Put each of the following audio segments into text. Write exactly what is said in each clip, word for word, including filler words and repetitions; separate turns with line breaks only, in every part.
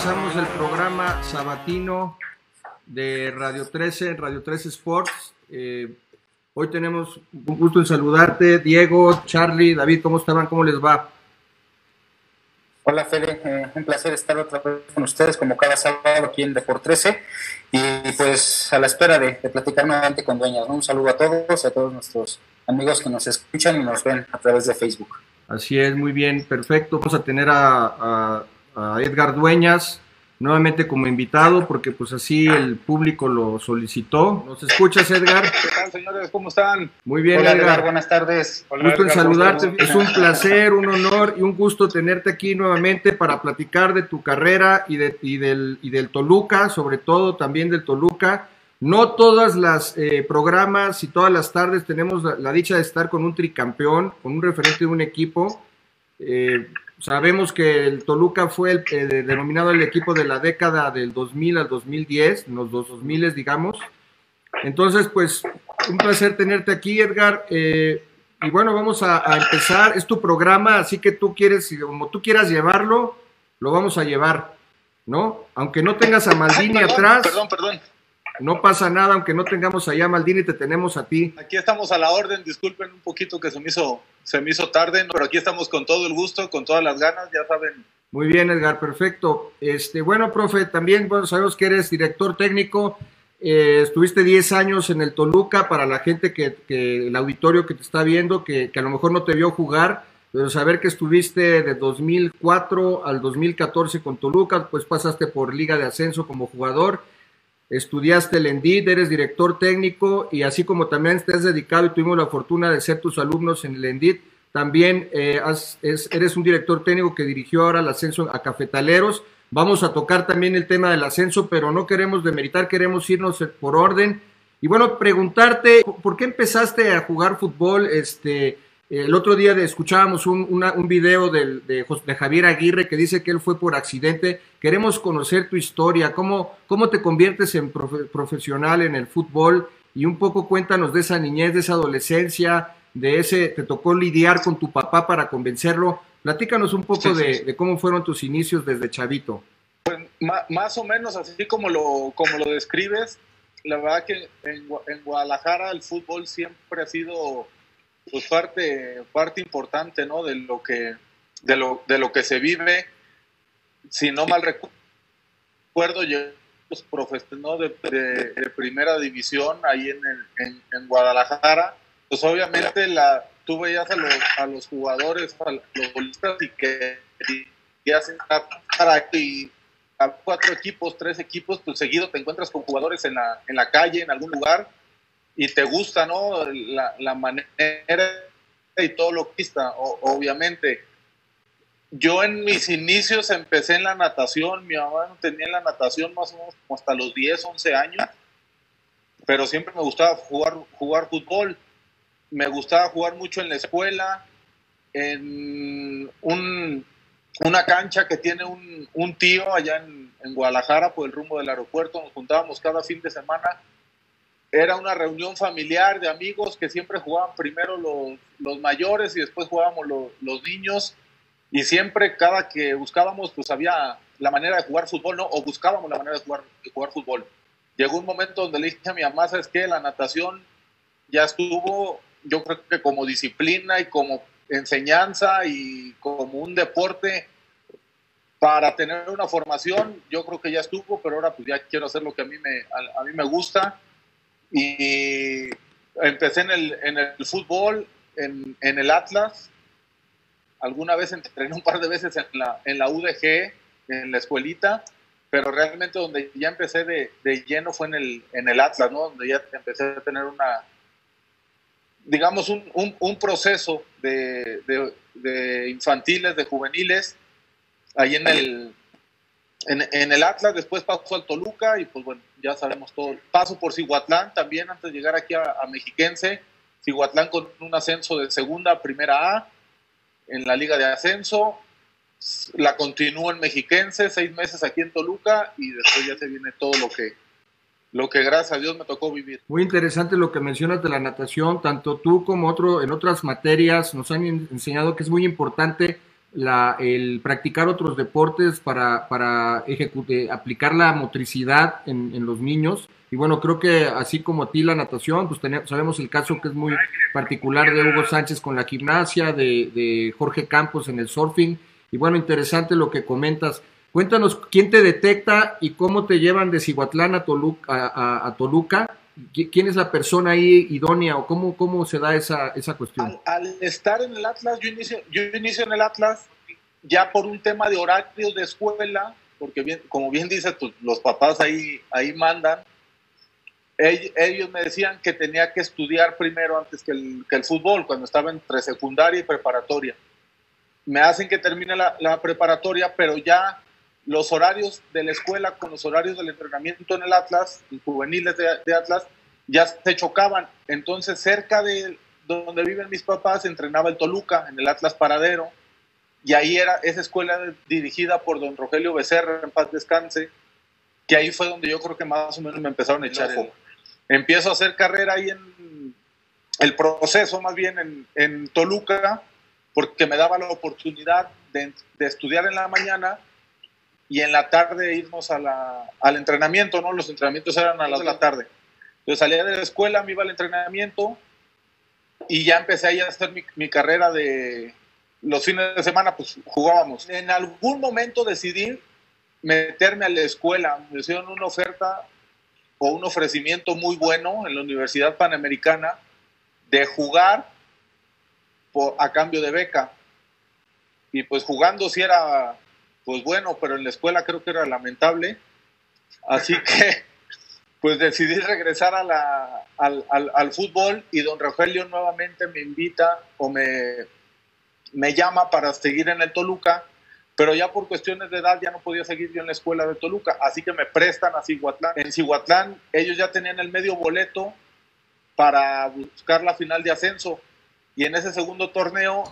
comenzamos el programa sabatino de Radio trece, Radio trece Sports. Eh, hoy tenemos un gusto en saludarte, Diego, Charlie, David, ¿cómo estaban? ¿Cómo les va?
Hola Fede, eh, un placer estar otra vez con ustedes como cada sábado aquí en Deport trece y pues a la espera de, de platicar nuevamente con Dueñas, ¿no? Un saludo a todos, a todos nuestros amigos que nos escuchan y nos ven a través de Facebook.
Así es, muy bien, perfecto. Vamos a tener a, a, a Edgar Dueñas nuevamente como invitado porque pues así el público lo solicitó. ¿Nos escuchas, Edgar?
¿Qué tal, señores? ¿Cómo están?
Muy bien,
Hola,
Edgar.
Edgar, buenas tardes.
Hola, gusto Edgar, en saludarte. Es un placer, un honor y un gusto tenerte aquí nuevamente para platicar de tu carrera y, de, y, del, y del Toluca, sobre todo también del Toluca. No todas las eh, programas y todas las tardes tenemos la, la dicha de estar con un tricampeón, con un referente de un equipo. Eh, sabemos que el Toluca fue el, eh, denominado el equipo de la década del dos mil al dos mil diez, los dos mil digamos. Entonces, pues, un placer tenerte aquí, Edgar. Eh, y bueno, vamos a, a empezar. Es tu programa, así que tú quieres, como tú quieras llevarlo, lo vamos a llevar, ¿no? Aunque no tengas a Maldini
perdón,
atrás.
Perdón, perdón.
No pasa nada, aunque no tengamos allá a Maldini, te tenemos a ti.
Aquí estamos a la orden, disculpen un poquito que se me hizo, se me hizo tarde, pero aquí estamos con todo el gusto, con todas las ganas, ya saben.
Muy bien, Edgar, perfecto. Este, bueno, profe, también bueno, sabemos que eres director técnico, eh, estuviste diez años en el Toluca, para la gente que, que el auditorio que te está viendo, que, que a lo mejor no te vio jugar, pero saber que estuviste de dos mil cuatro al dos mil catorce con Toluca, pues pasaste por Liga de Ascenso como jugador. Estudiaste el ENDIT, eres director técnico y así como también te has dedicado y tuvimos la fortuna de ser tus alumnos en el ENDIT, también eh, has, es, eres un director técnico que dirigió ahora el ascenso a Cafetaleros. Vamos a tocar también el tema del ascenso, pero no queremos demeritar, queremos irnos por orden. Y bueno, preguntarte, ¿por qué empezaste a jugar fútbol? Este, el otro día de, escuchábamos un, una, un video de, de, de Javier Aguirre que dice que él fue por accidente. Queremos conocer tu historia, cómo, cómo te conviertes en profe, profesional en el fútbol y un poco cuéntanos de esa niñez, de esa adolescencia, de ese, te tocó lidiar con tu papá para convencerlo. Platícanos un poco sí, de, sí. de cómo fueron tus inicios desde chavito.
Pues más, más o menos así como lo, como lo describes, la verdad que en, en Guadalajara el fútbol siempre ha sido pues parte, parte importante, ¿no? de lo que, de lo, de lo que se vive. Si no mal recuerdo, yo los profesores, ¿no? de, de, de primera división ahí en, el, en, en Guadalajara, pues obviamente la, tú veías a los, a los jugadores, a los futbolistas y que y hacen y a cuatro equipos, tres equipos, pues seguido te encuentras con jugadores en la, en la calle, en algún lugar, y te gusta, ¿no? La, la manera y todo lo que está, obviamente. Yo en mis inicios empecé en la natación, mi mamá no tenía en la natación más o menos como hasta los diez, once años, pero siempre me gustaba jugar, jugar fútbol, me gustaba jugar mucho en la escuela, en un, una cancha que tiene un, un tío allá en, en Guadalajara por el rumbo del aeropuerto, nos juntábamos cada fin de semana, era una reunión familiar de amigos que siempre jugaban primero los, los mayores y después jugábamos los, los niños. Y siempre, cada que buscábamos, pues había la manera de jugar fútbol, ¿no? O buscábamos la manera de jugar, de jugar fútbol. Llegó un momento donde le dije a mi mamá, ¿sabes qué? La natación ya estuvo, yo creo que como disciplina y como enseñanza y como un deporte para tener una formación, yo creo que ya estuvo, pero ahora pues ya quiero hacer lo que a mí me, a, a mí me gusta. Y empecé en el, en el fútbol, en, en el Atlas. Alguna vez entrené un par de veces en la, en la U D G, en la escuelita, pero realmente donde ya empecé de, de lleno fue en el, en el Atlas, ¿no? Donde ya empecé a tener una, digamos, un, un, un proceso de, de, de infantiles, de juveniles, ahí en el, en, en el Atlas. Después paso al Toluca y pues bueno, ya sabemos todo. Paso por Cihuatlán también antes de llegar aquí a, a Mexiquense. Cihuatlán con un ascenso de segunda a primera A en la Liga de Ascenso, la continúo en Mexiquense, seis meses aquí en Toluca y después ya se viene todo lo que, lo que gracias a Dios me tocó vivir.
Muy interesante lo que mencionas de la natación, tanto tú como otro en otras materias nos han enseñado que es muy importante la, el practicar otros deportes para, para ejecutar, aplicar la motricidad en, en los niños. Y bueno, creo que así como a ti la natación, pues tenemos, sabemos el caso que es muy particular de Hugo Sánchez con la gimnasia, de, de Jorge Campos en el surfing. Y bueno, interesante lo que comentas. Cuéntanos quién te detecta y cómo te llevan de Cihuatlán a Toluca. A, a, a Toluca. ¿Quién es la persona ahí idónea o cómo, cómo se da esa, esa cuestión?
Al, al estar en el Atlas, yo inicio, yo inicio en el Atlas ya por un tema de horarios de escuela, porque bien, como bien dices, pues, los papás ahí, ahí mandan. Ellos, ellos me decían que tenía que estudiar primero antes que el, que el fútbol, cuando estaba entre secundaria y preparatoria. Me hacen que termine la, la preparatoria, pero ya los horarios de la escuela con los horarios del entrenamiento en el Atlas, en juveniles de, de Atlas, ya se chocaban. Entonces, cerca de donde viven mis papás, entrenaba el Toluca, en el Atlas Paradero, y ahí era esa escuela dirigida por don Rogelio Becerra, en paz descanse, que ahí fue donde yo creo que más o menos me empezaron a echar ojo. Empiezo a hacer carrera ahí en el proceso, más bien en, en Toluca, porque me daba la oportunidad de, de estudiar en la mañana y en la tarde irnos a la, al entrenamiento, ¿no? Los entrenamientos eran a las de la tarde. Yo salía de la escuela, me iba al entrenamiento y ya empecé ahí a hacer mi, mi carrera de los fines de semana, pues jugábamos. En algún momento decidí meterme a la escuela, me hicieron una oferta o un ofrecimiento muy bueno en la Universidad Panamericana de jugar por, a cambio de beca. Y pues jugando sí era pues bueno, pero en la escuela creo que era lamentable. Así que pues decidí regresar a la, al, al, al fútbol y don Rogelio nuevamente me invita o me, me llama para seguir en el Toluca, pero ya por cuestiones de edad ya no podía seguir yo en la escuela de Toluca, así que me prestan a Cihuatlán. En Cihuatlán ellos ya tenían el medio boleto para buscar la final de ascenso y en ese segundo torneo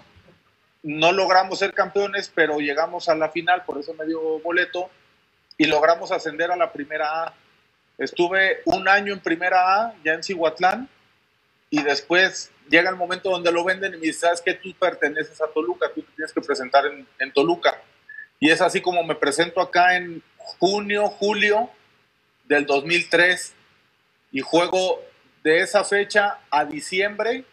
no logramos ser campeones, pero llegamos a la final por ese medio boleto y logramos ascender a la primera A. Estuve un año en primera A, ya en Cihuatlán, y después llega el momento donde lo venden y me dicen, ¿sabes qué? Tú perteneces a Toluca, tú te tienes que presentar en, en Toluca. Y es así como me presento acá en junio, julio del dos mil tres y juego de esa fecha a diciembre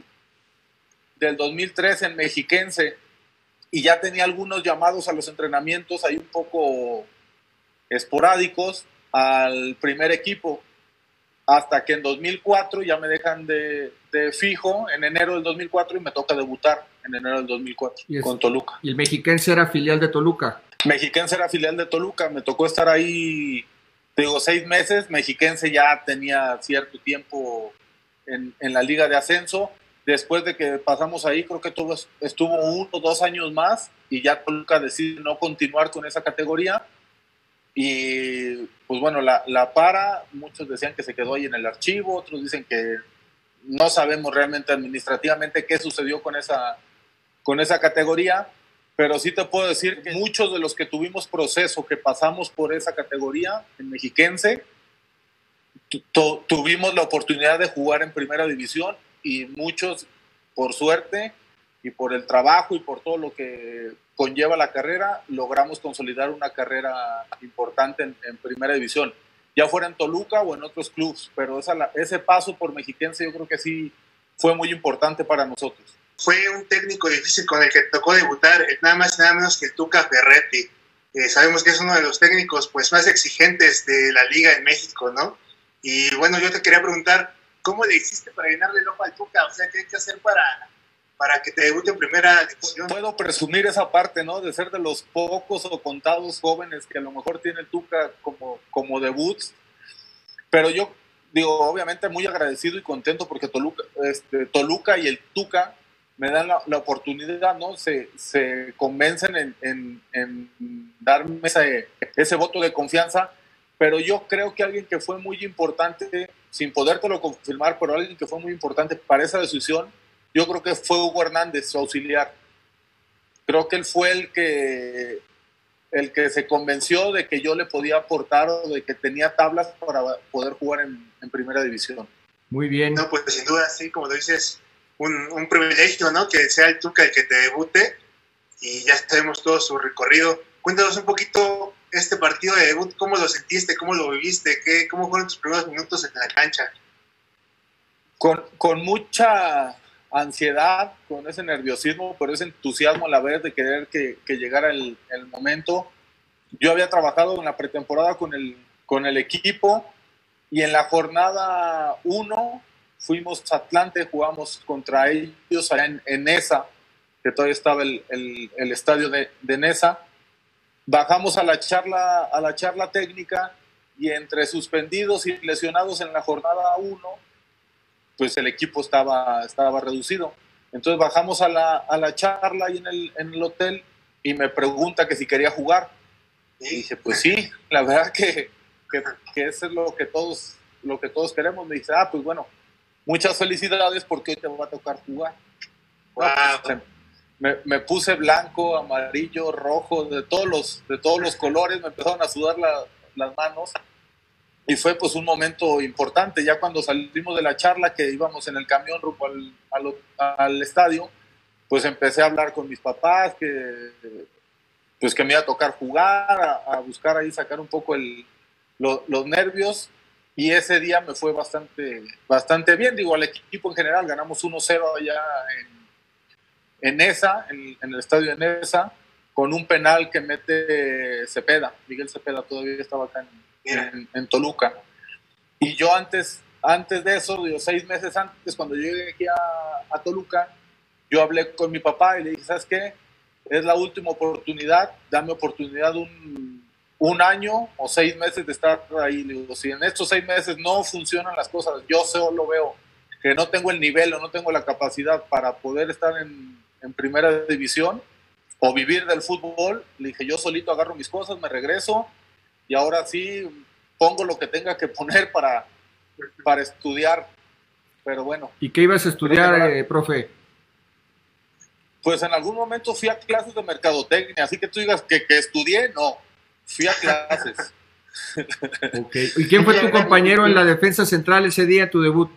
del dos mil tres en Mexiquense. Y ya tenía algunos llamados a los entrenamientos ahí un poco esporádicos al primer equipo, hasta que en dos mil cuatro ya me dejan de, de fijo en enero del dos mil cuatro y me toca debutar en enero del dos mil cuatro es, con Toluca.
¿Y el Mexiquense era filial de Toluca?
Mexiquense era filial de Toluca, me tocó estar ahí, te digo, seis meses. Mexiquense ya tenía cierto tiempo en, en la liga de ascenso. Después de que pasamos ahí, creo que todo estuvo uno o dos años más y ya Toluca decide no continuar con esa categoría. Y pues bueno, la, la para, muchos decían que se quedó ahí en el archivo, otros dicen que no sabemos realmente administrativamente qué sucedió con esa, con esa categoría, pero sí te puedo decir que muchos de los que tuvimos proceso, que pasamos por esa categoría en Mexiquense, tu, tuvimos la oportunidad de jugar en primera división y muchos, por suerte y por el trabajo y por todo lo que conlleva la carrera, logramos consolidar una carrera importante en, en primera división, ya fuera en Toluca o en otros clubes, pero esa, ese paso por Mexiquense yo creo que sí fue muy importante para nosotros.
Fue un técnico difícil con el que tocó debutar, nada más y nada menos que el Tuca Ferretti. Eh, sabemos que es uno de los técnicos pues, más exigentes de la liga en México, ¿no? Y bueno, yo te quería preguntar, ¿cómo le hiciste para llenarle el ojo al Tuca? O sea, ¿qué hay que hacer para, para que te debute en primera división?
Puedo presumir esa parte, ¿no? De ser de los pocos o contados jóvenes que a lo mejor tiene el Tuca como, como debuts. Pero yo, digo, obviamente muy agradecido y contento porque Toluca, este, Toluca y el Tuca me dan la, la oportunidad, ¿no? Se, se convencen en, en, en darme ese, ese voto de confianza. Pero yo creo que alguien que fue muy importante, sin podértelo confirmar, pero alguien que fue muy importante para esa decisión, yo creo que fue Hugo Hernández, su auxiliar. Creo que él fue el que, el que se convenció de que yo le podía aportar o de que tenía tablas para poder jugar en, en primera división.
Muy bien.
No, pues sin duda, sí, como lo dices, un, un privilegio, ¿no? Que sea el Tuca el que te debute. y ya sabemos todo su recorrido. Cuéntanos un poquito este partido de debut, ¿cómo lo sentiste? ¿Cómo lo viviste? ¿Qué, ¿Cómo fueron tus primeros minutos en la cancha?
Con, con mucha ansiedad, con ese nerviosismo, por ese entusiasmo a la vez de querer que, que llegara el, el momento. Yo había trabajado en la pretemporada con el, con el equipo y en la jornada uno fuimos a Atlante, jugamos contra ellos allá en, en Nesa, que todavía estaba el, el, el estadio de, de Nesa. Bajamos a la charla, a la charla técnica y entre suspendidos y lesionados en la jornada uno, pues el equipo estaba, estaba reducido. Entonces bajamos a la, a la charla ahí en el, en el hotel y me pregunta que si quería jugar. Y dije, pues sí, la verdad que, que, que eso es lo que, todos, lo que todos queremos. Me dice, ah, pues bueno, muchas felicidades porque hoy te va a tocar jugar.
Wow.
Pues, me, me puse blanco, amarillo, rojo, de todos los, de todos los colores, me empezaron a sudar la, las manos. Y fue pues un momento importante, ya cuando salimos de la charla, que íbamos en el camión rumbo al, al, al estadio, pues empecé a hablar con mis papás, que, pues que me iba a tocar jugar, a, a buscar ahí sacar un poco el, lo, los nervios, y ese día me fue bastante, bastante bien. Digo, al equipo en general ganamos uno cero allá en, en Nesa, en, en el estadio de Nesa, con un penal que mete Cepeda, Miguel Cepeda todavía estaba acá en En, en Toluca. Y yo antes, antes de eso, digo, seis meses antes, cuando yo llegué aquí a, a Toluca, yo hablé con mi papá y le dije, ¿sabes qué? Es la última oportunidad, dame oportunidad un, un año o seis meses de estar ahí. Le digo, si en estos seis meses no funcionan las cosas, yo solo veo que no tengo el nivel o no tengo la capacidad para poder estar en, en primera división o vivir del fútbol, le dije, yo solito agarro mis cosas, me regreso, y ahora sí pongo lo que tenga que poner para, para estudiar. Pero bueno.
¿Y qué ibas a estudiar, eh, profe?
Pues en algún momento fui a clases de mercadotecnia, así que tú digas que, que estudié, no. Fui a clases.
Okay. ¿Y quién fue tu compañero en la defensa central ese día, tu debut?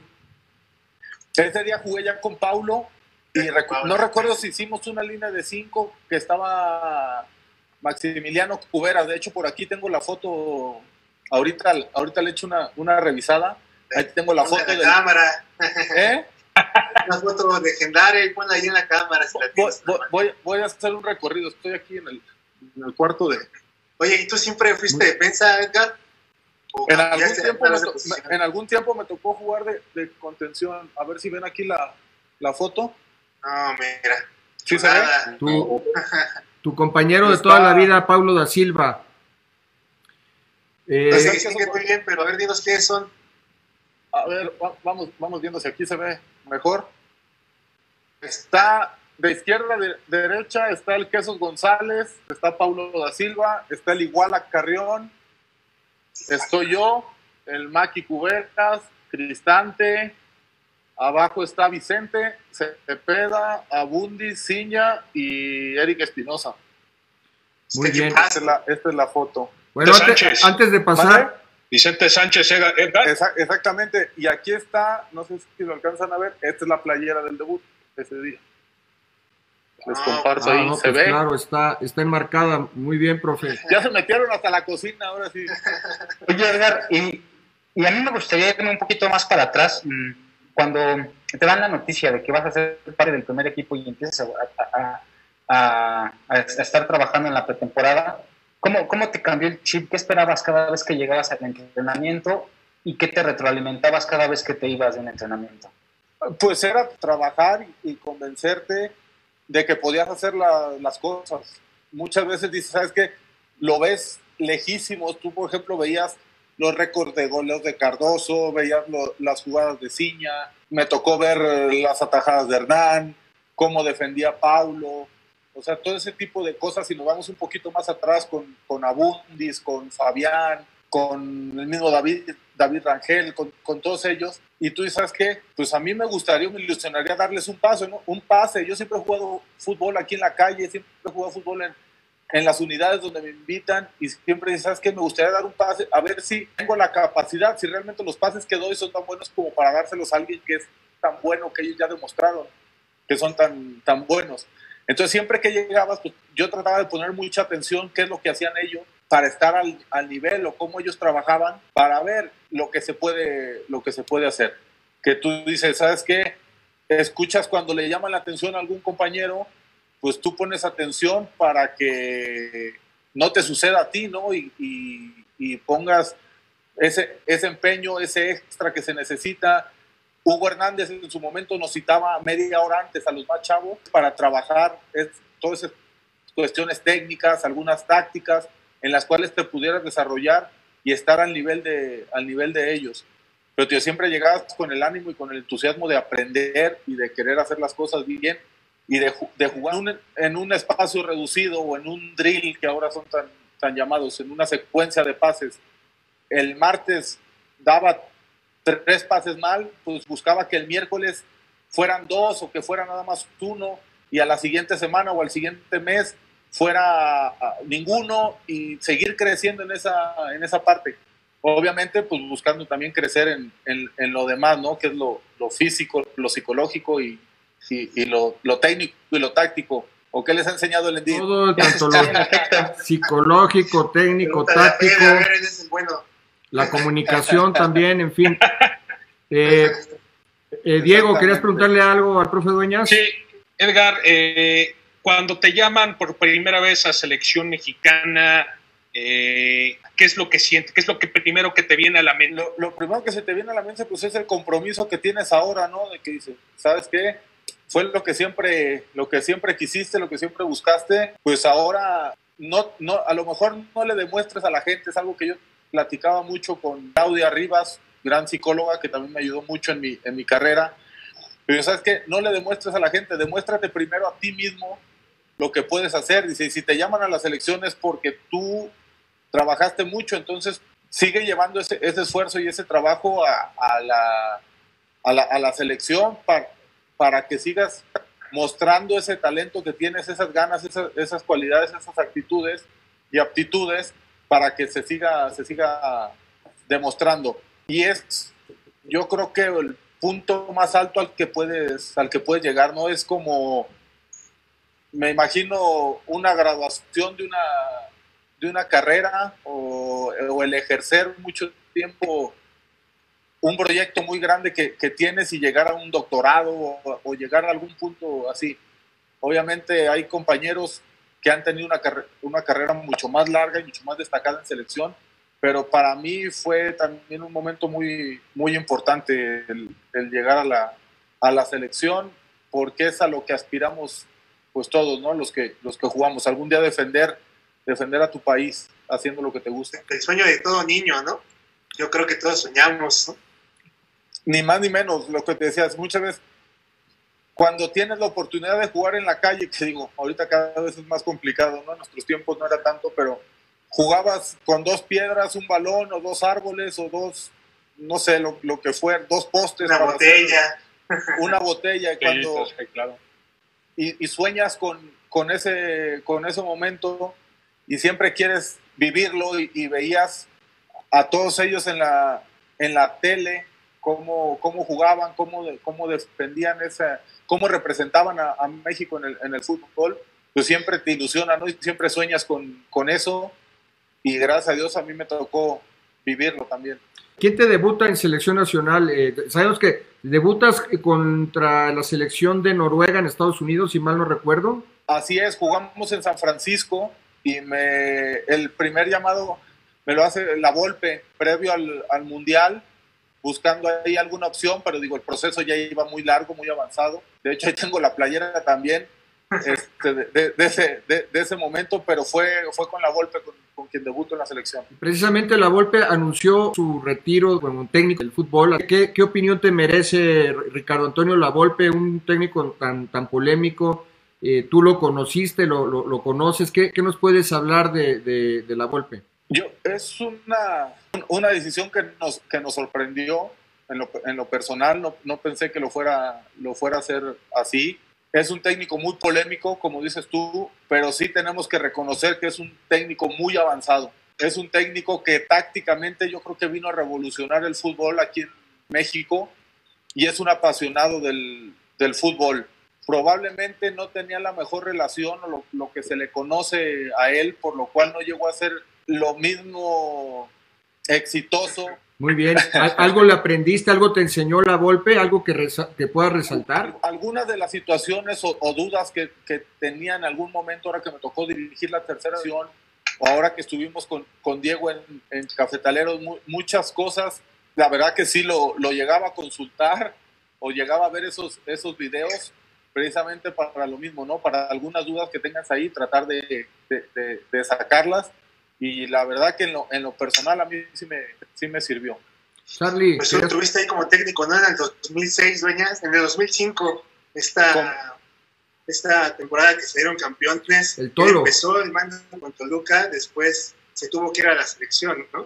Ese día jugué ya con Paulo, y recu- no recuerdo si hicimos una línea de cinco, que estaba Maximiliano Cubera. De hecho, por aquí tengo la foto, ahorita, ahorita le echo una, una revisada. Ahí tengo la foto
de
de
la cámara.
¿Eh?
Una foto legendaria, y ponla ahí en la cámara. Si la tienes,
voy, voy, voy a hacer un recorrido, estoy aquí en el, en el cuarto de...
Oye, ¿y tú siempre fuiste defensa, Edgar?
En algún, tiempo me to, en algún tiempo me tocó jugar de, de contención. A ver si ven aquí la, la foto.
No, mira.
¿Sí se ve?
Tu, tu compañero de toda la vida, Paulo da Silva.
Eh, no sé, sigue muy bien, pero a ver, dinos quiénes son.
A ver, vamos, vamos viendo si aquí se ve mejor. Está de izquierda a de, de derecha, está el Quesos González, está Paulo da Silva, está el Iguala Carrión, estoy yo, el Maki Cubetas, Cristante, abajo está Vicente, Cepeda, Abundi, Ciña y Eric Espinosa.
Muy
este
bien.
Esta es la, esta es la foto.
Bueno, antes, antes de pasar...
¿Vale?
Vicente Sánchez, Edgar.
Esa, exactamente, y aquí está, no sé si lo alcanzan a ver, esta es la playera del debut ese día. Les
Ah,
comparto
ah,
ahí,
no,
se
pues
ve.
Claro, está, está enmarcada. Muy bien, profe.
Ya se metieron hasta la cocina, ahora sí.
Oye, Edgar, y, y a mí me gustaría irme un poquito más para atrás. Cuando te dan la noticia de que vas a ser parte del primer equipo y empiezas a, a, a, a estar trabajando en la pretemporada, ¿cómo, ¿cómo te cambió el chip? ¿Qué esperabas cada vez que llegabas al entrenamiento y qué te retroalimentabas cada vez que te ibas de un entrenamiento?
Pues era trabajar y, y convencerte de que podías hacer la, las cosas. Muchas veces dices, ¿sabes qué? Lo ves lejísimos. Tú, por ejemplo, veías los récords de goles de Cardoso, veías lo, las jugadas de Ciña, me tocó ver las atajadas de Hernán, cómo defendía Paulo, o sea, todo ese tipo de cosas. Si nos vamos un poquito más atrás con, con Abundis, con Fabián, con el mismo David, David Rangel, con, con todos ellos, y tú dices, ¿sabes qué? Pues a mí me gustaría, me ilusionaría darles un pase, ¿no? Un pase. Yo siempre he jugado fútbol aquí en la calle, siempre he jugado fútbol en, en las unidades donde me invitan, y siempre dices, ¿sabes qué? Me gustaría dar un pase, a ver si tengo la capacidad, si realmente los pases que doy son tan buenos como para dárselos a alguien que es tan bueno, que ellos ya demostraron que son tan, tan buenos. Entonces siempre que llegabas, pues, yo trataba de poner mucha atención qué es lo que hacían ellos para estar al, al nivel o cómo ellos trabajaban para ver lo que se puede, lo que se puede hacer. Que tú dices, ¿sabes qué? Escuchas cuando le llama la atención a algún compañero, pues tú pones atención para que no te suceda a ti, ¿no? Y, y, y pongas ese, ese empeño, ese extra que se necesita. Hugo Hernández en su momento nos citaba media hora antes a los más chavos para trabajar es, todas esas cuestiones técnicas, algunas tácticas en las cuales te pudieras desarrollar y estar al nivel de, al nivel de ellos. Pero tío, siempre llegabas con el ánimo y con el entusiasmo de aprender y de querer hacer las cosas bien y de, de jugar un, en un espacio reducido o en un drill que ahora son tan, tan llamados, en una secuencia de pases. El martes daba tres pases mal, pues buscaba que el miércoles fueran dos o que fuera nada más uno y a la siguiente semana o al siguiente mes fuera ninguno y seguir creciendo en esa, en esa parte. Obviamente, pues buscando también crecer en, en, en lo demás, ¿no? Que es lo, lo físico, lo psicológico y, y, y lo, lo técnico y lo táctico. ¿O qué les ha enseñado el Endid?
Todo, tanto lo psicológico, técnico, táctico,
a ver, ese es bueno.
La comunicación también, en fin. Eh, eh, Diego, ¿querías preguntarle algo al profe Dueñas?
Sí, Edgar, eh, cuando te llaman por primera vez a selección mexicana, eh, ¿qué es lo que sientes? ¿Qué es lo que primero que te viene a la mente?
Lo, lo primero que se te viene a la mente pues es el compromiso que tienes ahora, ¿no? De que dices, ¿sabes qué? Fue lo que siempre, lo que siempre quisiste, lo que siempre buscaste, pues ahora no, no, a lo mejor no le demuestres a la gente, es algo que yo platicaba mucho con Claudia Rivas, gran psicóloga que también me ayudó mucho en mi, en mi carrera. Pero ¿sabes qué? No le demuestres a la gente, demuéstrate primero a ti mismo lo que puedes hacer. Dice, si te llaman a la selección es porque tú trabajaste mucho, entonces sigue llevando ese, ese esfuerzo y ese trabajo a, a, la, a, la, a la selección para, para que sigas mostrando ese talento que tienes, esas ganas, esas, esas cualidades, esas actitudes y aptitudes para que se siga, se siga demostrando. Y es, yo creo que el punto más alto al que puedes, al que puedes llegar, ¿no? Es como, me imagino una graduación de una, de una carrera o, o el ejercer mucho tiempo un proyecto muy grande que, que tienes y llegar a un doctorado o, o llegar a algún punto así. Obviamente hay compañeros que han tenido una, carre- una carrera mucho más larga y mucho más destacada en selección, pero para mí fue también un momento muy, muy importante el, el llegar a la, a la selección, porque es a lo que aspiramos pues todos, ¿no? Los que, los que jugamos, algún día defender, defender a tu país haciendo lo que te gusta.
El sueño de todo niño, ¿no? Yo creo que todos soñamos, ¿no?
Ni más ni menos, lo que te decías, muchas veces cuando tienes la oportunidad de jugar en la calle, que digo, ahorita cada vez es más complicado, ¿no? En nuestros tiempos no era tanto, pero jugabas con dos piedras, un balón, o dos árboles, o dos, no sé, lo, lo que fuera, dos postes.
Una botella.
Una botella,
Sí,
cuando,
sí, claro.
y, y sueñas con, con, ese, con ese momento, y siempre quieres vivirlo, y, y veías a todos ellos en la, en la tele, cómo, cómo jugaban, cómo, cómo defendían esa, cómo representaban a, a México en el, en el fútbol, pues siempre te ilusiona, ¿no? Y siempre sueñas con, con eso, y gracias a Dios a mí me tocó vivirlo también.
¿Quién te debuta en selección nacional? Eh, sabemos que debutas contra la selección de Noruega en Estados Unidos, si mal no recuerdo.
Así es, jugamos en San Francisco, y me, el primer llamado me lo hace la Volpe, previo al, al Mundial, buscando ahí alguna opción, pero digo, el proceso ya iba muy largo, muy avanzado. De hecho, ahí tengo la playera también este, de, de, de, ese, de, de ese momento, pero fue, fue con la Volpe con, con quien debuto en la selección.
Precisamente la Volpe anunció su retiro como técnico del fútbol. ¿Qué, qué opinión te merece Ricardo Antonio La Volpe, un técnico tan, tan polémico? Eh, tú lo conociste, lo, lo, lo conoces. ¿Qué, qué nos puedes hablar de, de, de La Volpe?
Yo, es una, una decisión que nos, que nos sorprendió en lo, en lo personal, no, no pensé que lo fuera, lo fuera a hacer así. Es un técnico muy polémico, como dices tú, pero sí tenemos que reconocer que es un técnico muy avanzado. Es un técnico que tácticamente yo creo que vino a revolucionar el fútbol aquí en México y es un apasionado del, del fútbol. probablemente no tenía la mejor relación o lo, lo que se le conoce a él, por lo cual no llegó a ser lo mismo exitoso.
Muy bien. ¿Algo le aprendiste, algo te enseñó la Volpe, algo que, resa- que puedas resaltar?
Algunas de las situaciones o, o dudas que, que tenía en algún momento, ahora que me tocó dirigir la tercera división, o ahora que estuvimos con, con Diego en, en Cafetaleros, mu- muchas cosas, la verdad que sí lo, lo llegaba a consultar o llegaba a ver esos, esos videos precisamente para lo mismo, ¿no? Para algunas dudas que tengas ahí, tratar de, de, de, de sacarlas. Y la verdad que en lo, en lo personal a mí sí me, sí me sirvió.
Charlie,
Pues tú lo tuviste ahí como técnico, ¿no? En el dos mil seis, Dueñas, en el dos mil cinco, esta, esta temporada que se dieron campeones,
el Tolo.
Empezó el mando con Toluca, después se tuvo que ir a la selección, ¿no?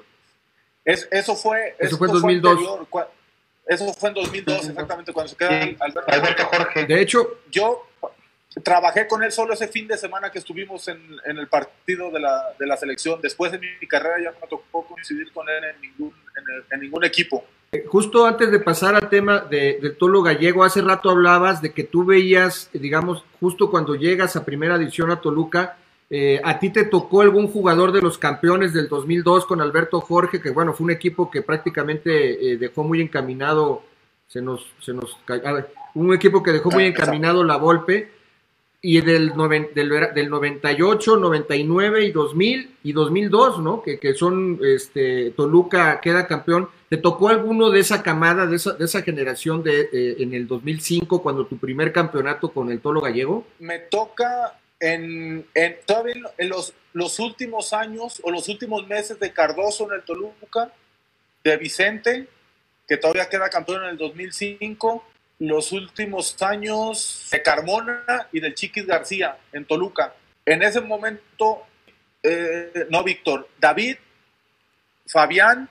Es, eso fue,
eso fue en dos mil dos.
Anterior, cua, eso fue en dos mil dos, exactamente, cuando se queda
sí,
Alberto,
Alberto Jorge.
De hecho,
yo trabajé con él solo ese fin de semana que estuvimos en, en el partido de la, de la selección. Después de mi carrera ya no me tocó coincidir con él en ningún, en, el, en ningún equipo.
Justo antes de pasar al tema de, del Tolo Gallego, hace rato hablabas de que tú veías, digamos, justo cuando llegas a primera división a Toluca, eh, a ti te tocó algún jugador de los campeones del dos mil dos con Alberto Jorge, que bueno, fue un equipo que prácticamente eh, dejó muy encaminado, se nos, se nos, a ver, un equipo que dejó muy encaminado la Volpe, y del, noven, del, del noventa y ocho, noventa y nueve y dos mil y dos mil dos, ¿no? Que, que son, este, Toluca queda campeón. ¿Te tocó alguno de esa camada, de esa, de esa generación de, eh, en el dos mil cinco, cuando tu primer campeonato con el Tolo Gallego?
Me toca en, en todavía en los, los últimos años o los últimos meses de Cardoso en el Toluca, de Vicente, que todavía queda campeón en el dos mil cinco, los últimos años de Carmona y del Chiquis García en Toluca. En ese momento, eh, no Víctor, David, Fabián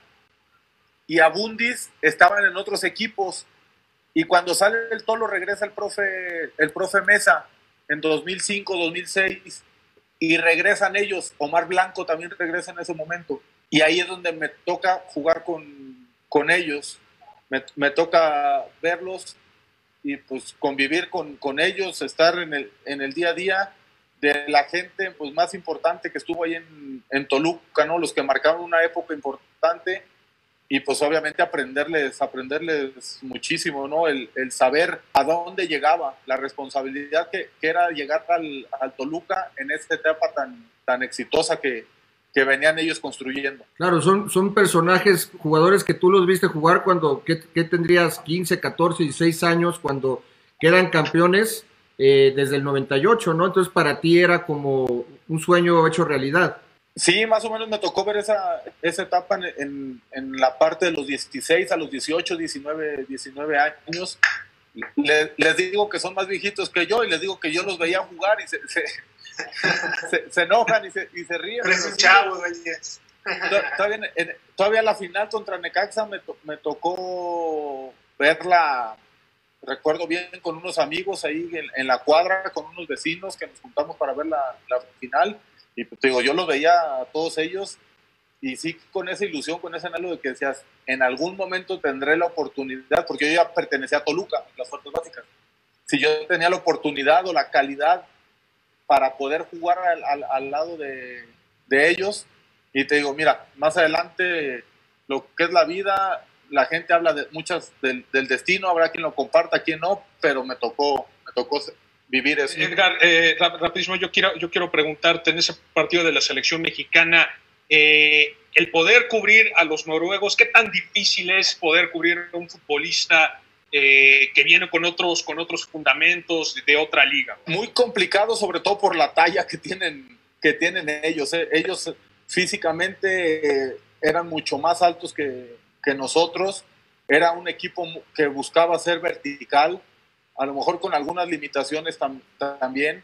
y Abundis estaban en otros equipos, y cuando sale el Tolo regresa el profe, el profe Mesa en dos mil cinco, dos mil seis, y regresan ellos. Omar Blanco también regresa en ese momento, y ahí es donde me toca jugar con, con ellos, me, me toca verlos y pues convivir con, con ellos, estar en el, en el día a día de la gente pues más importante que estuvo ahí en, en Toluca, ¿no? Los que marcaron una época importante, y pues obviamente aprenderles, aprenderles muchísimo, ¿no? El, el saber a dónde llegaba, la responsabilidad que, que era llegar al, al Toluca en esta etapa tan, tan exitosa que, que venían ellos construyendo.
Claro, son, son personajes, jugadores que tú los viste jugar cuando, ¿qué, qué tendrías? quince, catorce, dieciséis años, cuando quedan campeones eh, desde el noventa y ocho, ¿no? Entonces para ti era como un sueño hecho realidad.
Sí, más o menos me tocó ver esa, esa etapa en, en, en la parte de los dieciséis a los dieciocho, diecinueve, diecinueve años. Le, les digo que son más viejitos que yo, y les digo que yo los veía jugar y se, se, se, se enojan y se, y se ríen.
Pero es un chavo, güey.
Todavía, en, todavía la final contra Necaxa me, to, me tocó verla, recuerdo bien, con unos amigos ahí en, en la cuadra, con unos vecinos que nos juntamos para ver la, la final. Y pues, te digo, yo los veía a todos ellos, y sí con esa ilusión, con ese anhelo de que decías, en algún momento tendré la oportunidad, porque yo ya pertenecía a Toluca, las fuerzas básicas. Si yo tenía la oportunidad o la calidad para poder jugar al, al, al lado de, de ellos, y te digo, mira, más adelante lo que es la vida, la gente habla de muchas del, del destino, habrá quien lo comparta, quien no, pero me tocó, me tocó vivir eso.
Edgar, eh, rapidísimo, yo quiero, yo quiero preguntarte, en ese partido de la selección mexicana, eh, el poder cubrir a los noruegos, ¿qué tan difícil es poder cubrir a un futbolista eh, que viene con otros, con otros fundamentos de, de otra liga?
Muy complicado, sobre todo por la talla que tienen, que tienen ellos. Eh. Ellos físicamente eh, eran mucho más altos que, que nosotros. Era un equipo que buscaba ser vertical, a lo mejor con algunas limitaciones tam, también,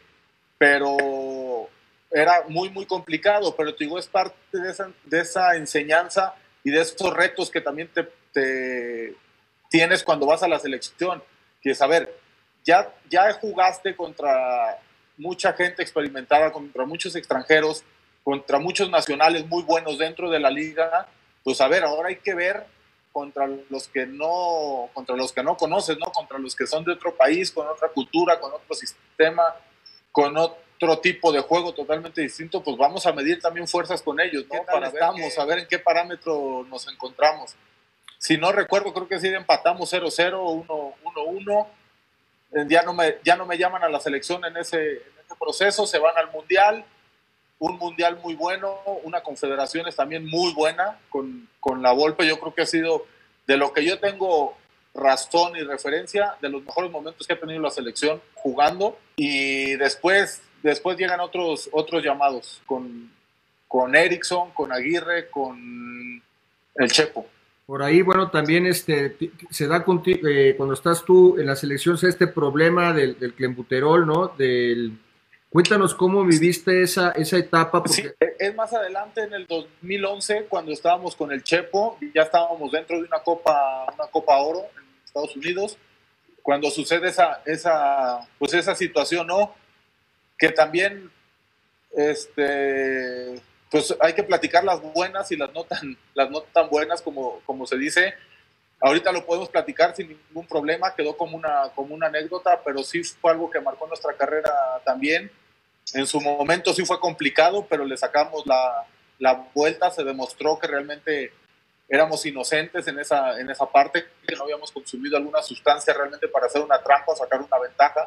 pero era muy, muy complicado. Pero te digo, es parte de esa, de esa enseñanza y de esos retos que también te, te tienes cuando vas a la selección, que es, a ver, ya, ya jugaste contra mucha gente experimentada, contra muchos extranjeros, contra muchos nacionales muy buenos dentro de la liga, pues a ver, ahora hay que ver contra los que no, contra los que no conoces, ¿no? Contra los que son de otro país, con otra cultura, con otro sistema, con otro tipo de juego totalmente distinto, pues vamos a medir también fuerzas con ellos, ¿no? Para ver, estamos, a ver en qué parámetro nos encontramos. Si no recuerdo, creo que sí empatamos cero cero, uno uno. Ya no me, ya no me llaman a la selección en ese, en ese proceso, se van al Mundial, un Mundial muy bueno, una Confederaciones también muy buena, con, con la Volpe. Yo creo que ha sido, de lo que yo tengo razón y referencia, de los mejores momentos que ha tenido la selección jugando, y después, después llegan otros, otros llamados, con, con Erickson, con Aguirre, con el Chepo.
Por ahí, bueno, también este se da contigo, eh, cuando estás tú en la selección, se este problema del, del clenbuterol, ¿no? Del, cuéntanos cómo viviste esa, esa etapa. Porque...
Sí, es más adelante, en el dos mil once, cuando estábamos con el Chepo, ya estábamos dentro de una Copa, una Copa Oro en Estados Unidos, cuando sucede esa, esa, pues esa situación, ¿no? Que también, este... pues hay que platicar las buenas y las no tan, las no tan buenas, como, como se dice. Ahorita lo podemos platicar sin ningún problema, quedó como una, como una anécdota, pero sí fue algo que marcó nuestra carrera también. En su momento sí fue complicado, pero le sacamos la, la vuelta, se demostró que realmente éramos inocentes en esa, en esa parte, que no habíamos consumido alguna sustancia realmente para hacer una trampa o sacar una ventaja.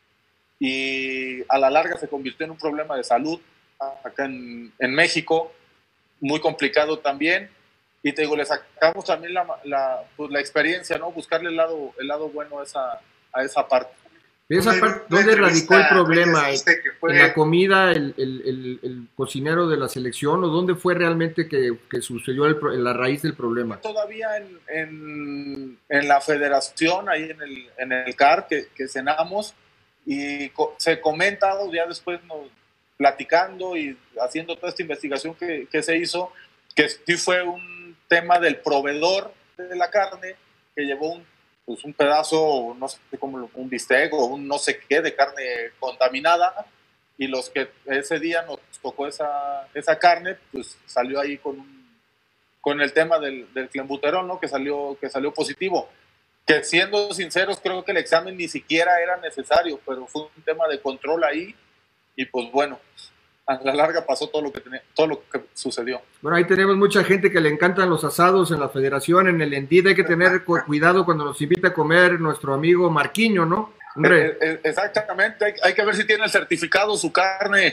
Y a la larga se convirtió en un problema de salud acá en, en México, muy complicado también, y te digo, le sacamos también la, la, pues la experiencia, ¿no? Buscarle el lado, el lado bueno a esa, a esa parte.
Esa parte, ¿dónde radicó el problema? ¿En la comida, el, el, el, el cocinero de la selección, o dónde fue realmente que, que sucedió el, la raíz del problema?
Todavía en, en, en la federación, ahí en el, en el C A R, que, que cenamos, y co se comenta, ya después nos platicando y haciendo toda esta investigación que, que se hizo, que sí fue un tema del proveedor de la carne, que llevó un, pues un pedazo, no sé cómo, un bistec o un no sé qué de carne contaminada, y los que ese día nos tocó esa, esa carne, pues salió ahí con, un, con el tema del, del clenbuterol, ¿no? que, salió, que salió positivo. Que siendo sinceros, creo que el examen ni siquiera era necesario, pero fue un tema de control ahí. Y pues bueno, a la larga pasó todo lo que tenía, todo lo que sucedió.
Bueno, ahí tenemos mucha gente que le encantan los asados en la federación, en el Endid. Hay que tener cuidado cuando nos invita a comer nuestro amigo Marquiño, ¿no?
Hombre. Eh, eh, exactamente, hay, hay que ver si tiene el certificado su carne.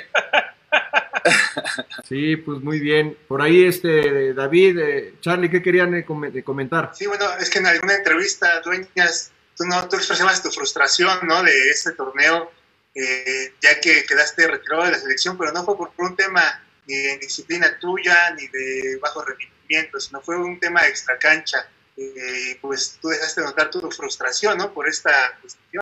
Sí, pues muy bien. Por ahí, este David, eh, Charlie, ¿qué querían eh, comentar?
Sí, bueno, es que en alguna entrevista, Dueñas, tú, no, tú expresabas tu frustración, ¿no? De ese torneo. Eh, ya que quedaste retirado de la selección, pero no fue por, por un tema ni de disciplina tuya, ni de bajo rendimiento, sino fue un tema extra cancha. Eh, pues tú dejaste notar tu frustración, ¿no? Por esta cuestión.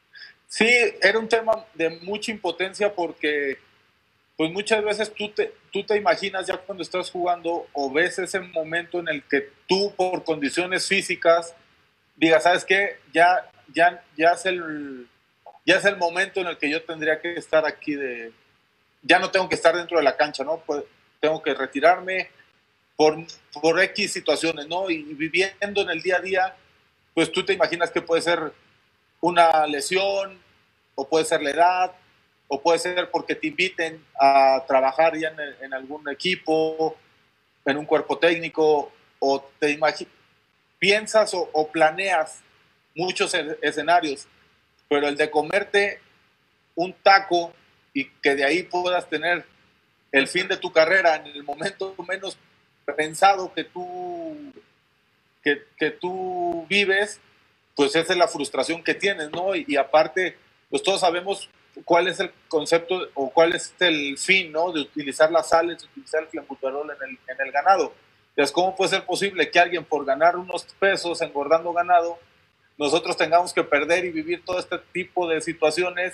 Sí, era un tema de mucha impotencia porque pues muchas veces tú te, tú te imaginas ya cuando estás jugando o ves ese momento en el que tú por condiciones físicas digas, ¿sabes qué? Ya, ya, ya es el... ya es el momento en el que yo tendría que estar aquí de... ya no tengo que estar dentro de la cancha, ¿no? Pues tengo que retirarme por, por X situaciones, ¿no? Y viviendo en el día a día, pues tú te imaginas que puede ser una lesión, o puede ser la edad, o puede ser porque te inviten a trabajar ya en, en algún equipo, en un cuerpo técnico, o te imaginas, piensas o, o planeas muchos escenarios, pero el de comerte un taco y que de ahí puedas tener el fin de tu carrera en el momento menos pensado que tú, que, que tú vives, pues esa es la frustración que tienes, ¿no? Y, y aparte, pues todos sabemos cuál es el concepto o cuál es el fin, ¿no? De utilizar las sales, de utilizar el clenbuterol en el, en el ganado. Entonces, ¿cómo puede ser posible que alguien por ganar unos pesos engordando ganado, nosotros tengamos que perder y vivir todo este tipo de situaciones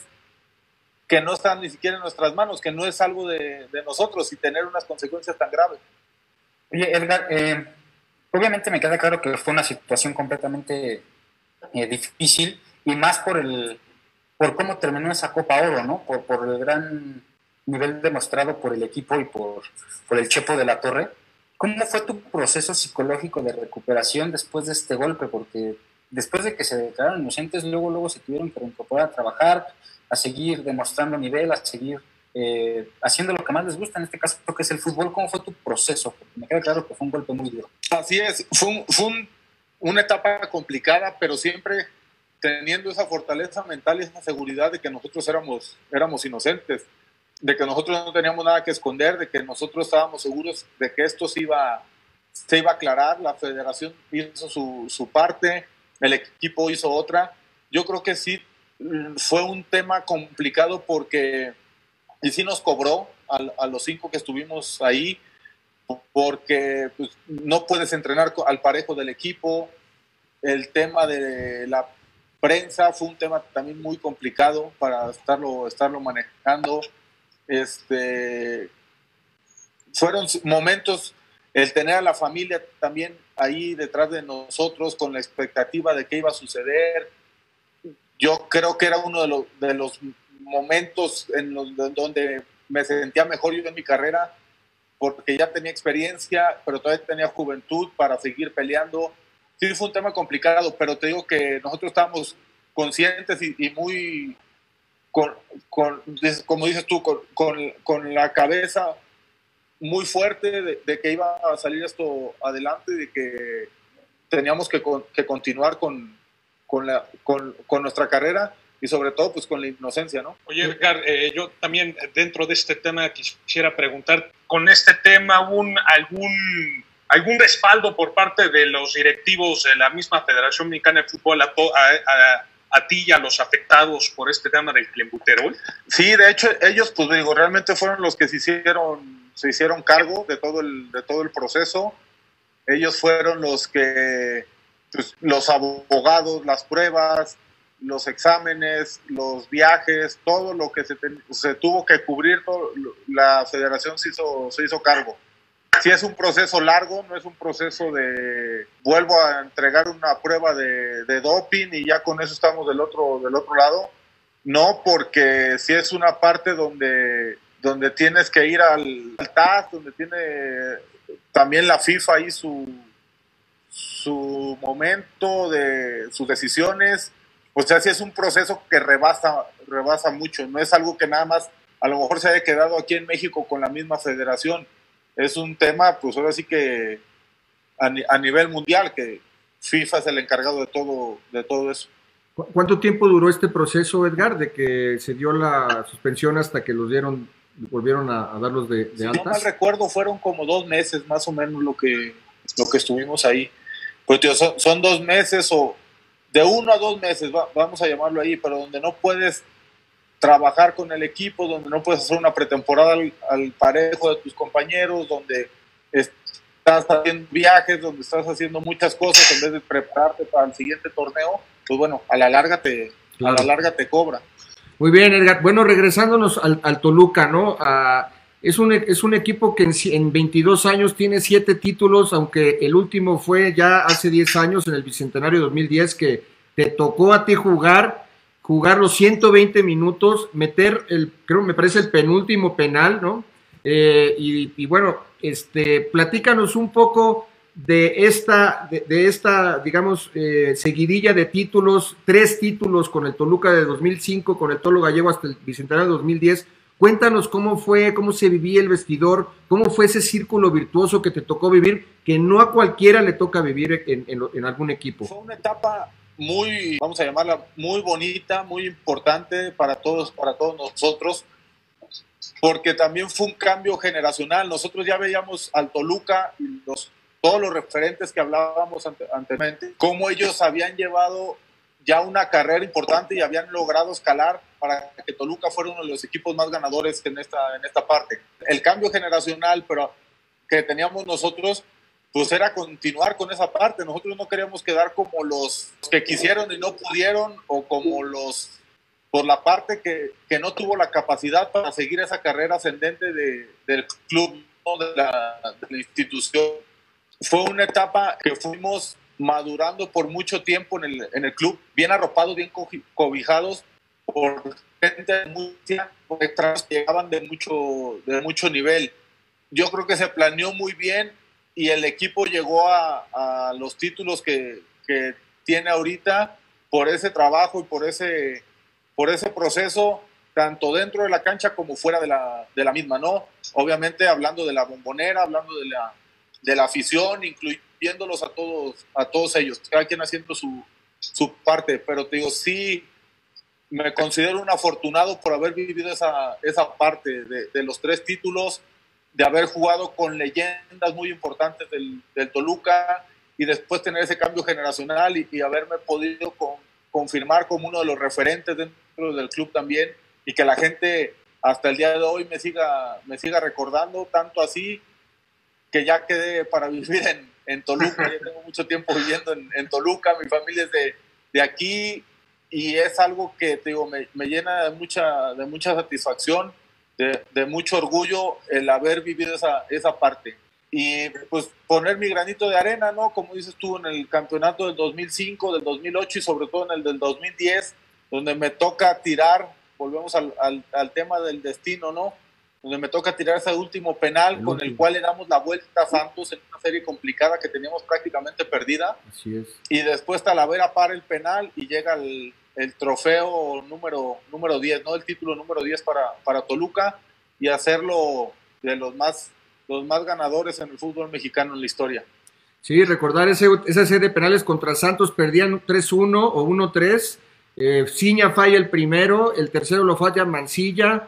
que no están ni siquiera en nuestras manos, que no es algo de, de nosotros, y tener unas consecuencias tan graves?
Oye, Edgar, eh, obviamente me queda claro que fue una situación completamente eh, difícil, y más por el por cómo terminó esa Copa Oro, ¿no? Por, por el gran nivel demostrado por el equipo y por, por el Chepo de la Torre. ¿cómo fue tu proceso psicológico de recuperación después de este golpe? Porque después de que se declararon inocentes, luego, luego se tuvieron que reincorporar a trabajar, a seguir demostrando nivel, a seguir eh, haciendo lo que más les gusta, en este caso creo que es el fútbol. ¿Cómo fue tu proceso? Porque me queda claro que fue un golpe muy duro.
Así es, fue, un, fue un, una etapa complicada, pero siempre teniendo esa fortaleza mental y esa seguridad de que nosotros éramos, éramos inocentes, de que nosotros no teníamos nada que esconder, de que nosotros estábamos seguros de que esto se iba, se iba a aclarar. La federación hizo su, su parte, el equipo hizo otra. Yo creo que sí fue un tema complicado porque y sí nos cobró a, a los cinco que estuvimos ahí, porque pues, no puedes entrenar al parejo del equipo. El tema de la prensa fue un tema también muy complicado para estarlo, estarlo manejando. Este, fueron momentos, el tener a la familia también ahí detrás de nosotros con la expectativa de qué iba a suceder. Yo creo que era uno de los, de los momentos en los, donde me sentía mejor yo en mi carrera, porque ya tenía experiencia, pero todavía tenía juventud para seguir peleando. Sí, fue un tema complicado, pero te digo que nosotros estábamos conscientes y, y muy, con, con, como dices tú, con, con, con la cabeza muy fuerte de, de que iba a salir esto adelante y de que teníamos que, que continuar con, con, la, con, con nuestra carrera y sobre todo pues con la inocencia, ¿no?
Oye, Edgar, eh, yo también dentro de este tema quisiera preguntar, ¿con este tema un, algún... algún respaldo por parte de los directivos de la misma Federación Mexicana de Fútbol a, a, a, a ti y a los afectados por este tema del clenbuterol?
Sí, de hecho ellos, pues digo, realmente fueron los que se hicieron, se hicieron cargo de todo el, de todo el proceso. Ellos fueron los que, pues, los abogados, las pruebas, los exámenes, los viajes, todo lo que se, ten, se tuvo que cubrir, todo, la Federación se hizo, se hizo cargo. Sí es un proceso largo, no es un proceso de vuelvo a entregar una prueba de, de doping y ya con eso estamos del otro, del otro lado. No, porque sí es una parte donde, donde tienes que ir al, al T A S, donde tiene también la FIFA ahí su, su momento de sus decisiones. O sea, sí es un proceso que rebasa, rebasa mucho. No es algo que nada más a lo mejor se haya quedado aquí en México con la misma federación. Es un tema, pues ahora sí que a, a nivel mundial, que FIFA es el encargado de todo, de todo eso.
¿Cuánto tiempo duró este proceso, Edgar, de que se dio la suspensión hasta que los dieron, volvieron a, a darlos de, de
si
altas?
No mal recuerdo, fueron como dos meses más o menos lo que, lo que estuvimos ahí. Pues tío, son, son dos meses o de uno a dos meses, va, vamos a llamarlo ahí, pero donde no puedes trabajar con el equipo, donde no puedes hacer una pretemporada al, al parejo de tus compañeros, donde estás haciendo viajes, donde estás haciendo muchas cosas en vez de prepararte para el siguiente torneo, pues bueno, a la larga te, claro. a la larga te cobra.
Muy bien, Edgar. Bueno, regresándonos al, al Toluca, ¿no? A, es, un, es un equipo que en, en veintidós años tiene siete títulos, aunque el último fue ya hace diez años, en el Bicentenario dos mil diez, que te tocó a ti jugar jugar los ciento veinte minutos, meter el, creo me parece el penúltimo penal, ¿no? Eh, y, y bueno, este, platícanos un poco de esta, de, de esta, digamos, eh, seguidilla de títulos, tres títulos con el Toluca de dos mil cinco, con el Tolo Gallego hasta el Bicentenario de dos mil diez. Cuéntanos cómo fue, cómo se vivía el vestidor, cómo fue ese círculo virtuoso que te tocó vivir, que no a cualquiera le toca vivir en, en, en algún equipo.
Fue una etapa muy, vamos a llamarla, muy bonita, muy importante para todos, para todos nosotros, porque también fue un cambio generacional. Nosotros ya veíamos al Toluca y los, todos los referentes que hablábamos ante, anteriormente, cómo ellos habían llevado ya una carrera importante y habían logrado escalar para que Toluca fuera uno de los equipos más ganadores en esta, en esta parte. El cambio generacional pero que teníamos nosotros, pues era continuar con esa parte. Nosotros no queríamos quedar como los que quisieron y no pudieron, o como los, por la parte que, que no tuvo la capacidad para seguir esa carrera ascendente de, del club, ¿no? de, la, de la institución. Fue una etapa que fuimos madurando por mucho tiempo en el, en el club, bien arropados, bien cobijados por gente muy, por extranjeros que llegaban de mucho, de mucho nivel. Yo creo que se planeó muy bien y el equipo llegó a, a los títulos que, que tiene ahorita por ese trabajo y por ese, por ese proceso, tanto dentro de la cancha como fuera de la, de la misma, ¿no? Obviamente hablando de la Bombonera, hablando de la, de la afición, incluyéndolos a todos, a todos ellos, cada quien haciendo su, su parte, pero te digo, sí, me considero un afortunado por haber vivido esa, esa parte de, de los tres títulos, de haber jugado con leyendas muy importantes del, del Toluca y después tener ese cambio generacional y, y haberme podido con, confirmar como uno de los referentes dentro del club también, y que la gente hasta el día de hoy me siga, me siga recordando, tanto así que ya quedé para vivir en, en Toluca. Ya tengo mucho tiempo viviendo en, en Toluca, mi familia es de, de aquí, y es algo que te digo, me, me llena de mucha, de mucha satisfacción, de, de mucho orgullo el haber vivido esa, esa parte. Y pues poner mi granito de arena, ¿no? Como dices tú, en el campeonato del dos mil cinco, del dos mil ocho y sobre todo en el del dos mil diez, donde me toca tirar, volvemos al, al, al tema del destino, ¿no? Donde me toca tirar ese último penal el con último. El cual le damos la vuelta a Santos en una serie complicada que teníamos prácticamente perdida.
Así es.
Y después Talavera para el penal y llega el, el trofeo número, número diez, ¿no? El título número diez para, para Toluca, y hacerlo de los más, los más ganadores en el fútbol mexicano en la historia.
Sí, recordar ese, esa serie de penales contra Santos, perdían tres uno o uno tres. Eh, Ciña falla el primero, el tercero lo falla Mancilla,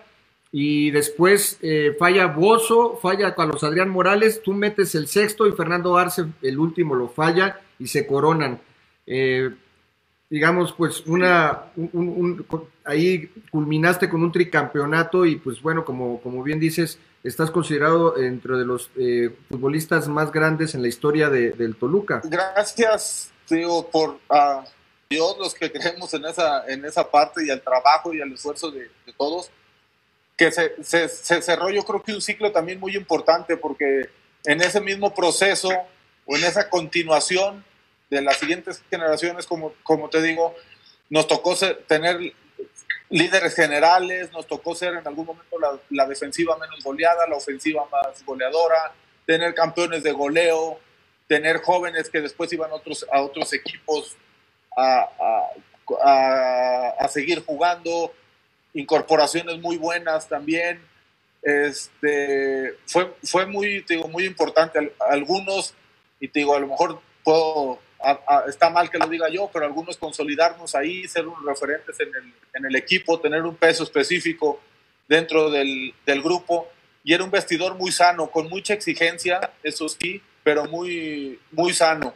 y después eh, falla Bozo, falla Carlos Adrián Morales, tú metes el sexto y Fernando Arce el último lo falla y se coronan. Eh, digamos, pues una un, un, un, ahí culminaste con un tricampeonato y pues bueno, como, como bien dices, estás considerado entre de los eh, futbolistas más grandes en la historia de, del Toluca.
Gracias, digo, por... Uh... Dios, los que creemos en esa, en esa parte y al trabajo y al esfuerzo de, de todos, que se, se, se cerró yo creo que un ciclo también muy importante, porque en ese mismo proceso o en esa continuación de las siguientes generaciones, como, como te digo, nos tocó ser, tener líderes generales, nos tocó ser en algún momento la, la defensiva menos goleada, la ofensiva más goleadora, tener campeones de goleo, tener jóvenes que después iban a otros, a otros equipos A, a, a, a seguir jugando, incorporaciones muy buenas también. Este, fue, fue muy, te digo, muy importante. Algunos, y te digo, a lo mejor puedo, a, a, está mal que lo diga yo, pero algunos consolidarnos ahí, ser unos referentes en el, en el equipo, tener un peso específico dentro del, del grupo, y era un vestidor muy sano, con mucha exigencia, eso sí, pero muy, muy sano.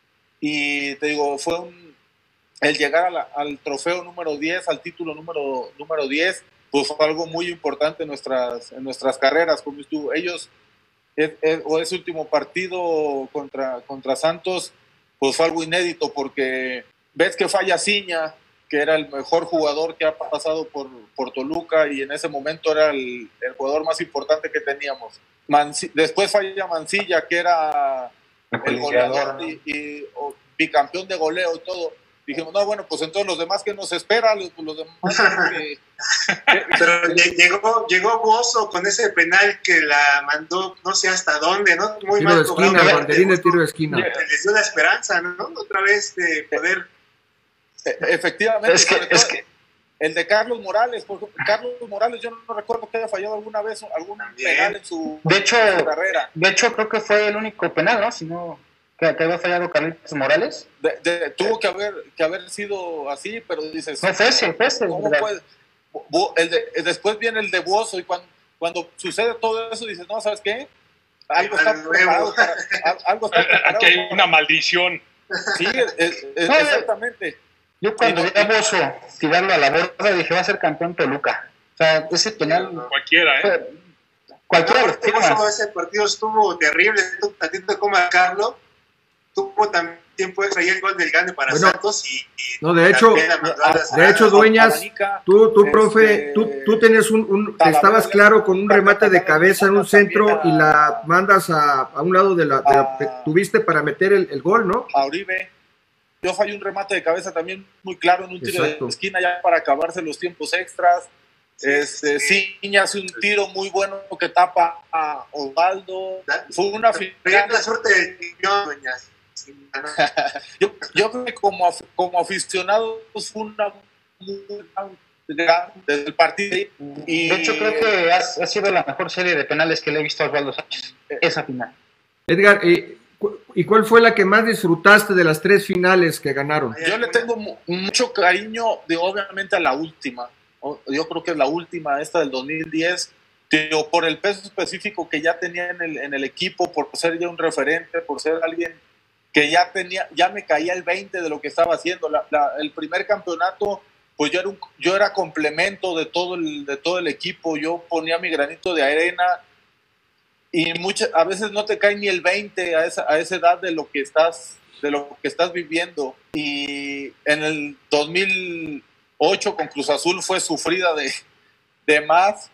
Y te digo, fue un el llegar a la, al trofeo número diez, al título número, número diez, pues fue algo muy importante en nuestras, en nuestras carreras. Como tú, ellos, es, es, o ese último partido contra, contra Santos, pues fue algo inédito, porque ves que falla Ciña, que era el mejor jugador que ha pasado por, por Toluca, y en ese momento era el, el jugador más importante que teníamos. Manci, después falla Mancilla, que era el goleador y, y o, bicampeón de goleo y todo. Dijimos, no, bueno, pues entonces los demás que nos esperan, los, los demás que...
Pero llegó, llegó Bozo con ese penal que la mandó no sé hasta dónde, ¿no? Muy
tiro
mal
de esquina,
cobrado,
banderín de tiro de esquina.
Les dio la esperanza, ¿no? Otra vez de poder...
Efectivamente,
es que, es que...
el de Carlos Morales, por ejemplo, Carlos Morales, yo no recuerdo que haya fallado alguna vez algún También. penal en su,
de hecho,
en su carrera.
De hecho, creo que fue el único penal, ¿no? Si no... que, que había fallado Carlitos Morales.
De, de, tuvo que haber que haber sido así, pero dices...
No, fue ese, fue ese.
¿Cómo puede? El de, después viene el de Bozo, y cuando, cuando sucede todo eso, dices, no, ¿sabes qué? Algo está preparado. Para, algo está preparado.
Aquí hay una maldición.
Sí, es, es, no, exactamente.
Yo cuando vi a Bozo tirarlo a la borda, dije, va a ser campeón Toluca. O sea, ese penal...
Cualquiera, ¿eh?
Cualquiera.
No, Bozo, ese partido estuvo terrible. A ti te tocó marcarlo. Tuvo también tiempo extra y el gol del Gane para bueno, Santos y, y
no, de hecho, de hecho, Dueñas, tú, tú, profe, este, tú, tú tenías un, un estabas claro con un remate de cabeza en un centro y la mandas a, a un lado de la, de la que tuviste para meter el, el gol, ¿no?
A Uribe. Yo fallé un remate de cabeza también muy claro en un tiro Exacto. de esquina ya para acabarse los tiempos extras. Este, Ciña hace un tiro muy bueno que tapa a Osvaldo. Fue una final.
La suerte de Dueñas.
yo, yo creo que como, como aficionado fue una muy grande desde el partido. Y,
de hecho, creo que ha, ha sido la mejor serie de penales que le he visto a Osvaldo Sánchez, esa final.
Edgar, eh, ¿y cuál fue la que más disfrutaste de las tres finales que ganaron?
Yo le tengo mucho cariño de obviamente a la última. Yo creo que es la última, esta del dos mil diez, tío, por el peso específico que ya tenía en el, en el equipo, por ser ya un referente, por ser alguien que ya tenía, ya me caía el veinte de lo que estaba haciendo. La, la, el primer campeonato, pues yo era, un, yo era complemento de todo, el, de todo el equipo, yo ponía mi granito de arena y muchas, a veces no te cae ni el veinte a esa, a esa edad de lo que estás, de lo que estás viviendo. Y en el dos mil ocho con Cruz Azul fue sufrida de, de más,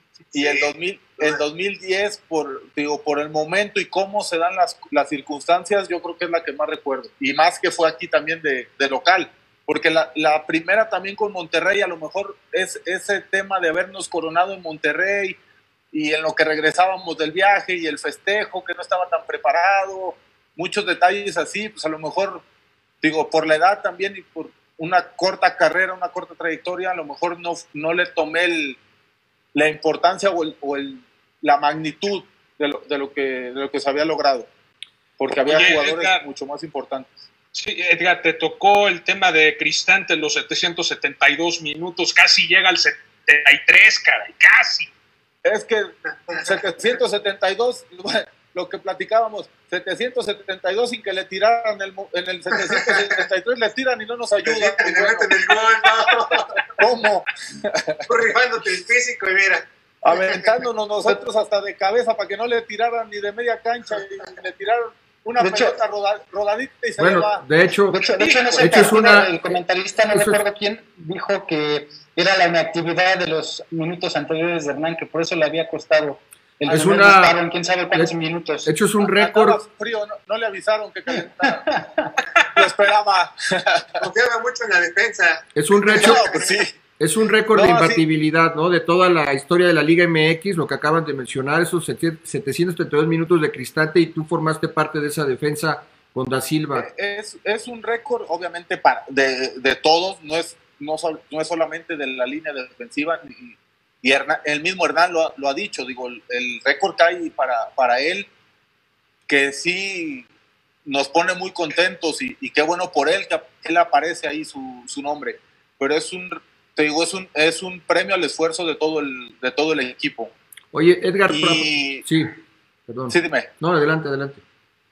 y el, dos mil, el dos mil diez por, digo, por el momento y cómo se dan las, las circunstancias, yo creo que es la que más recuerdo, y más que fue aquí también de, de local, porque la, la primera también con Monterrey, a lo mejor es ese tema de habernos coronado en Monterrey y en lo que regresábamos del viaje y el festejo que no estaba tan preparado, muchos detalles así, pues a lo mejor, digo, por la edad también y por una corta carrera, una corta trayectoria, a lo mejor no, no le tomé el, la importancia o, el, o el, la magnitud de lo, de, lo que, de lo que se había logrado, porque había Oye, jugadores Edgar, mucho más importantes.
Sí, Edgar, te tocó el tema de Cristante en los setecientos setenta y dos minutos, casi llega al setenta y tres, caray, casi.
Es que setecientos setenta y dos, lo que platicábamos, setecientos setenta y dos sin que le tiraran el, en el setecientos setenta y tres le tiran y no nos ayudan.
Y le meten el gol, no.
¿Cómo?
Rifándote el físico y mira.
Aventándonos nosotros hasta de cabeza para que no le tiraran ni de media cancha y le tiraron una de pelota hecho, roda, rodadita y se
bueno,
le va.
De hecho,
de hecho, de hecho, no sé,
de hecho es una...
el comentarista, no recuerdo es... quién, dijo que era la inactividad de los minutos anteriores de Hernán, que por eso le había costado. El
es una...
Estaban, quién sabe cuántos
de,
minutos.
De hecho es un récord.
Frío, no, no le avisaron que calentara. Lo esperaba.
Confiaba mucho en la defensa.
Es un récord.
No, pues sí.
Es un récord
no,
de imbatibilidad,
sí.
¿no? De toda la historia de la Liga M X, lo que acaban de mencionar, esos setecientos treinta y dos minutos de Cristante, y tú formaste parte de esa defensa con Da Silva.
Es, es un récord, obviamente, para, de, de todos, no es, no, no es solamente de la línea defensiva, y, y Hernán, el mismo Hernán lo, lo ha dicho, digo, el, el récord que hay para, para él, que sí nos pone muy contentos, y, y qué bueno por él, que él aparece ahí su, su nombre, pero es un... Te digo, es un, es un premio al esfuerzo de todo el, de todo el equipo.
Oye, Edgar,
y,
sí, perdón.
Sí, dime.
No, adelante, adelante.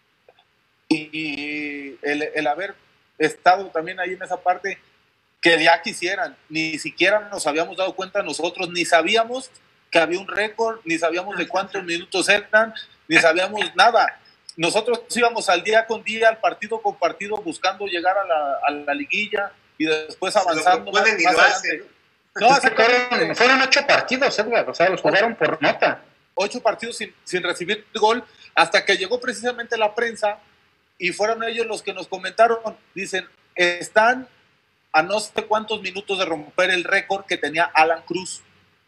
Y, y el, el haber estado también ahí en esa parte, que ya quisieran, ni siquiera nos habíamos dado cuenta nosotros, ni sabíamos que había un récord, ni sabíamos de cuántos minutos eran, ni sabíamos nada. Nosotros íbamos al día con día, al partido con partido, buscando llegar a la, a la liguilla, y después avanzando más, más adelante.
No, fueron, fueron ocho partidos, Edgar, o sea, los jugaron por nota.
Ocho partidos sin, sin recibir gol, hasta que llegó precisamente la prensa, y fueron ellos los que nos comentaron, dicen, están a no sé cuántos minutos de romper el récord que tenía Alan Cruz.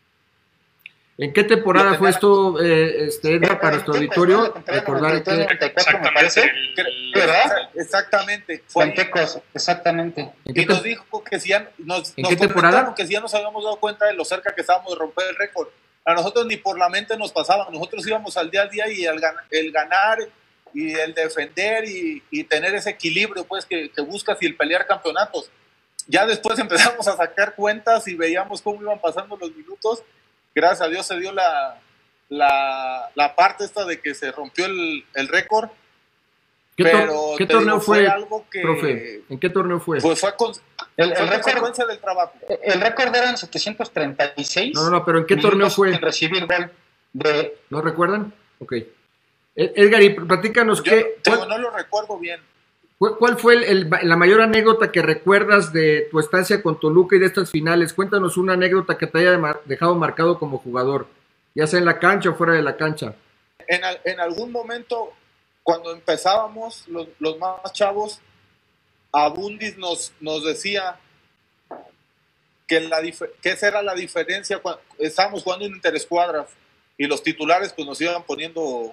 ¿En qué temporada fue esto, eh, este, Edgar, para nuestro auditorio? Recordar que...
Exactamente.
¿Verdad? Exactamente.
Fue Tecos, exactamente.
Y nos dijo que si ya nos,
¿En
nos
qué temporada?
Que si ya nos habíamos dado cuenta de lo cerca que estábamos de romper el récord. A nosotros ni por la mente nos pasaba. Nosotros íbamos al día a día y el, el ganar y el defender y, y tener ese equilibrio pues que, que buscas y el pelear campeonatos. Ya después empezamos a sacar cuentas y veíamos cómo iban pasando los minutos. Gracias a Dios se dio la, la, la parte esta de que se rompió el, el récord.
¿Qué,
pero
¿qué torneo
digo,
fue,
fue algo que,
profe? ¿En qué torneo fue?
Pues fue, con,
el,
fue
el récord,
consecuencia del trabajo.
El récord eran setecientos treinta y seis.
No, no, no, pero ¿en qué torneo fue?
Recibir gol de...
¿No recuerdan? Ok. Edgar, y platícanos
Yo,
qué...
Pero no lo recuerdo bien.
¿Cuál fue el, el, la mayor anécdota que recuerdas de tu estancia con Toluca y de estas finales? Cuéntanos una anécdota que te haya dejado marcado como jugador, ya sea en la cancha o fuera de la cancha.
En, en algún momento, cuando empezábamos, los, los más chavos, Abundis nos, nos decía que, la, que esa era la diferencia cuando estábamos jugando en interescuadras y los titulares pues nos iban poniendo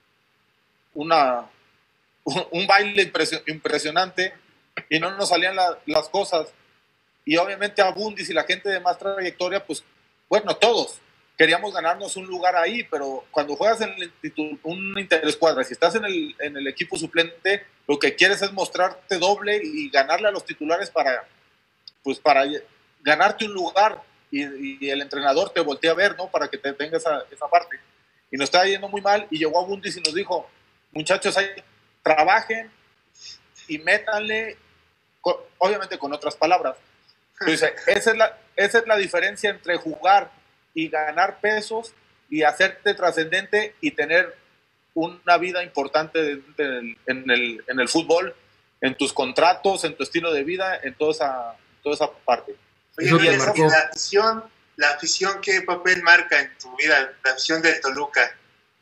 una, un, un baile impresio, impresionante y no nos salían la, las cosas. Y obviamente a Bundis y la gente de más trayectoria, pues, bueno, todos queríamos ganarnos un lugar ahí, pero cuando juegas en el, un interescuadra, si estás en el, en el equipo suplente, lo que quieres es mostrarte doble y ganarle a los titulares para, pues, para ganarte un lugar y, y el entrenador te voltea a ver, ¿no? Para que te tenga esa, esa parte. Y nos estaba yendo muy mal y llegó a Bundis y nos dijo, muchachos, ahí, trabajen y métanle, con, obviamente con otras palabras. Entonces, esa es la, esa es la diferencia entre jugar y ganar pesos y hacerte trascendente y tener una vida importante en el, en, el, en el fútbol, en tus contratos, en tu estilo de vida, en toda esa, toda esa parte.
Oye, y la afición, la afición, ¿qué papel marca en tu vida? La afición del Toluca.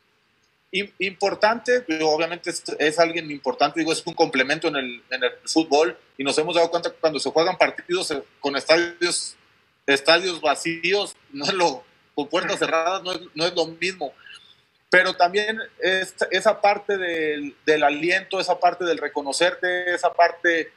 Importante, obviamente es, es alguien importante, digo, es un complemento en el, en el fútbol y nos hemos dado cuenta que cuando se juegan partidos con estadios, estadios vacíos, no es lo, con puertas cerradas no es, no es lo mismo, pero también es, esa parte del, del aliento, esa parte del reconocerte, esa parte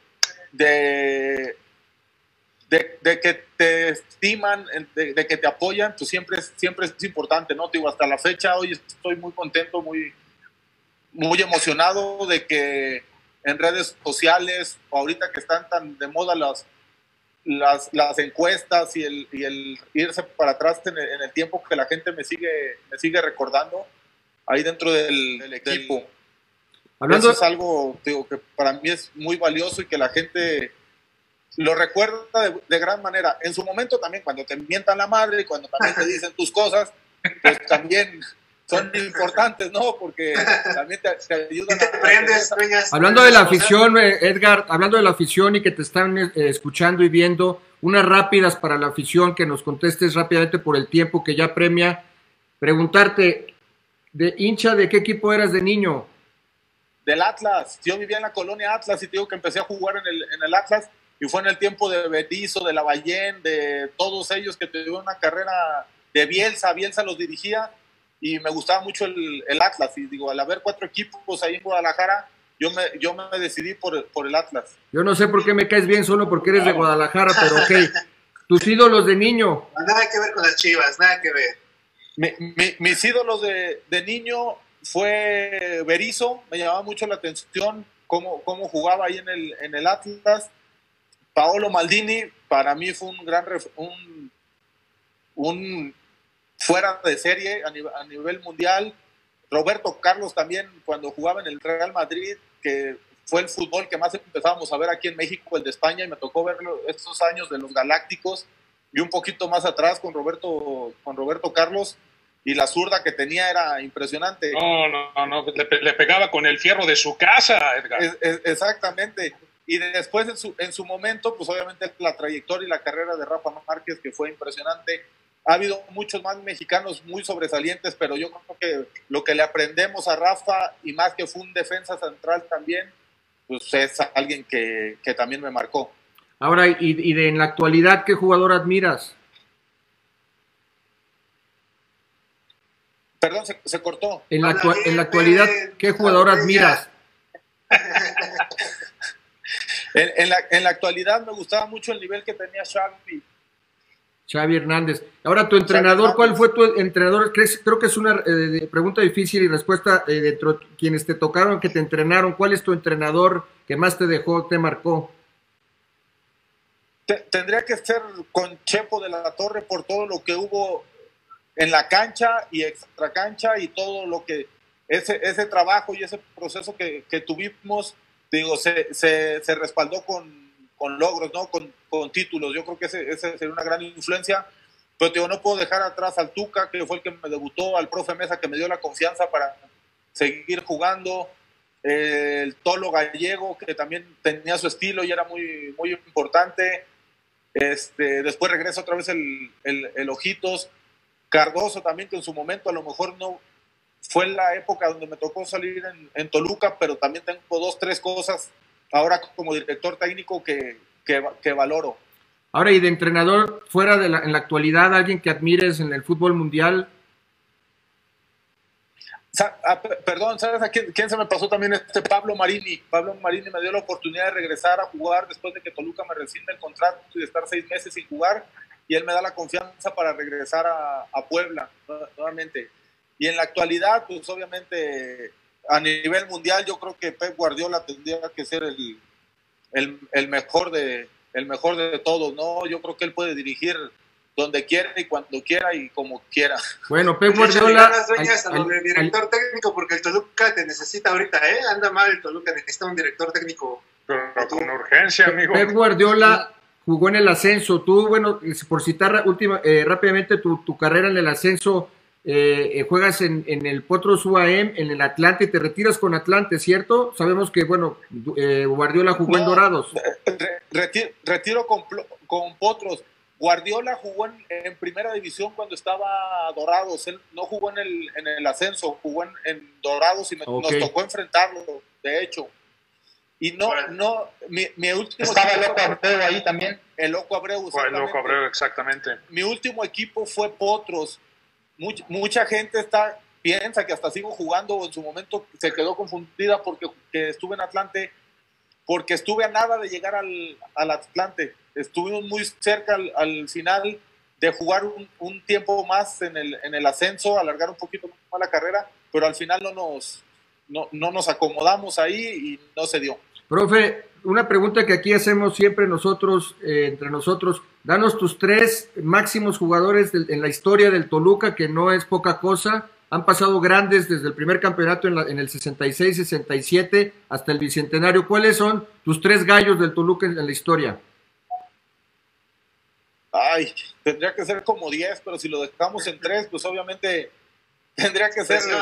de, de, de que te estiman, de, de que te apoyan, pues siempre es, siempre es importante, ¿no? Digo, hasta la fecha hoy estoy muy contento, muy, muy emocionado de que en redes sociales, ahorita que están tan de moda las, las, las encuestas y el, y el irse para atrás en el, en el tiempo, que la gente me sigue, me sigue recordando ahí dentro del, del equipo. Del, Hablando... Eso es algo, digo, que para mí es muy valioso y que la gente lo recuerda de, de gran manera. En su momento también, cuando te mientan la madre, cuando también te dicen tus cosas, pues también son importantes, ¿no? Porque también te, te ayudan
te a... Prendes,
a hablando de la afición, Edgar, hablando de la afición y que te están eh, escuchando y viendo, unas rápidas para la afición, que nos contestes rápidamente por el tiempo que ya premia. Preguntarte, de hincha, ¿de qué equipo eras de niño?
Del Atlas. Yo vivía en la colonia Atlas y te digo que empecé a jugar en el, en el Atlas. Y fue en el tiempo de Berizzo, de Lavallén, de todos ellos que tuvieron una carrera de Bielsa. Bielsa los dirigía y me gustaba mucho el, el Atlas. Y digo, al haber cuatro equipos ahí en Guadalajara, yo me, yo me decidí por, por el Atlas.
Yo no sé por qué me caes bien solo porque eres de Guadalajara, pero ok. Tus ídolos de niño.
Nada que ver con las Chivas, nada que ver.
Mi, mi, mis ídolos de, de niño fue Berizzo. Me llamaba mucho la atención cómo, cómo jugaba ahí en el, en el Atlas. Paolo Maldini, para mí fue un gran, un, un fuera de serie a nivel, a nivel mundial. Roberto Carlos también, cuando jugaba en el Real Madrid, que fue el fútbol que más empezábamos a ver aquí en México, el de España, y me tocó verlo estos años de los Galácticos, y un poquito más atrás con Roberto, con Roberto Carlos, y la zurda que tenía era impresionante.
No, no, no, le, le pegaba con el fierro de su casa, Edgar.
Es, es, exactamente. Y después, en su, en su momento, pues obviamente la trayectoria y la carrera de Rafa Márquez, que fue impresionante. Ha habido muchos más mexicanos muy sobresalientes, pero yo creo que lo que le aprendemos a Rafa, y más que fue un defensa central también, pues es alguien que, que también me marcó.
Ahora, y, y de en la actualidad, ¿qué jugador admiras?
Perdón, se, se cortó.
En la, actu en la actualidad, ¿qué jugador admiras?
En, en, la, en la actualidad me gustaba mucho el nivel que tenía Xavi.
Xavi Hernández. Ahora, tu entrenador, ¿cuál fue tu entrenador? Creo que es una eh, pregunta difícil y respuesta eh, dentro de quienes te tocaron, que te entrenaron. ¿Cuál es tu entrenador que más te dejó, te marcó?
Te, tendría que ser con Chepo de la Torre por todo lo que hubo en la cancha y extra cancha y todo lo que, ese, ese trabajo y ese proceso que, que tuvimos. Digo, se, se, se respaldó con, con logros, ¿no? Con, con títulos. Yo creo que ese, ese sería una gran influencia. Pero digo, no puedo dejar atrás al Tuca, que fue el que me debutó, al profe Mesa, que me dio la confianza para seguir jugando, eh, el Tolo Gallego, que también tenía su estilo y era muy, muy importante. Este, después regresa otra vez el, el, el Ojitos. Cardoso también, que en su momento a lo mejor no fue la época donde me tocó salir en, en Toluca, pero también tengo dos, tres cosas ahora como director técnico que, que, que valoro.
Ahora, y de entrenador, fuera de la, en la actualidad, alguien que admires en el fútbol mundial.
Ah, perdón, ¿sabes a quién, quién se me pasó también? Este Pablo Marini. Pablo Marini me dio la oportunidad de regresar a jugar después de que Toluca me rescinde el contrato y de estar seis meses sin jugar, y él me da la confianza para regresar a, a Puebla nuevamente. Y en la actualidad, pues obviamente a nivel mundial, yo creo que Pep Guardiola tendría que ser el, el, el mejor de el mejor de todos, ¿no? Yo creo que él puede dirigir donde quiera y cuando quiera y como quiera.
Bueno, Pep Guardiola...
Las dueñas al, al, al director al, técnico, porque el Toluca te necesita ahorita, ¿eh? Anda mal el Toluca, necesita un director técnico.
Pero con urgencia, amigo.
Pep Guardiola jugó en el ascenso. Tú, bueno, por citar última, eh, rápidamente tu, tu carrera en el ascenso, eh, juegas en, en el Potros U A M, en el Atlante, y te retiras con Atlante, ¿cierto? Sabemos que, bueno, eh, Guardiola jugó no, en Dorados.
Re, retiro, retiro con, con Potros. Guardiola jugó en, en primera división cuando estaba Dorados. Él no jugó en el, en el ascenso, jugó en, en Dorados y me, okay. nos tocó enfrentarlo, de hecho. Y no, no, mi, mi último
estaba el Loco Abreu ahí también.
El Loco Abreu,
el Loco Abreu, exactamente.
Mi último equipo fue Potros. Much, mucha gente está piensa que hasta sigo jugando, o en su momento se quedó confundida porque que estuve en Atlante, porque estuve a nada de llegar al, al Atlante. Estuvimos muy cerca al, al final de jugar un, un tiempo más en el, en el ascenso, alargar un poquito más la carrera, pero al final no nos, no, no nos acomodamos ahí y no se dio.
Profe, una pregunta que aquí hacemos siempre nosotros, eh, entre nosotros, danos tus tres máximos jugadores de, en la historia del Toluca, que no es poca cosa. Han pasado grandes desde el primer campeonato en, la, en el sesenta y seis sesenta y siete hasta el bicentenario. ¿Cuáles son tus tres gallos del Toluca en, en la historia?
Ay, tendría que ser como diez, pero si lo dejamos en tres, pues obviamente tendría que ser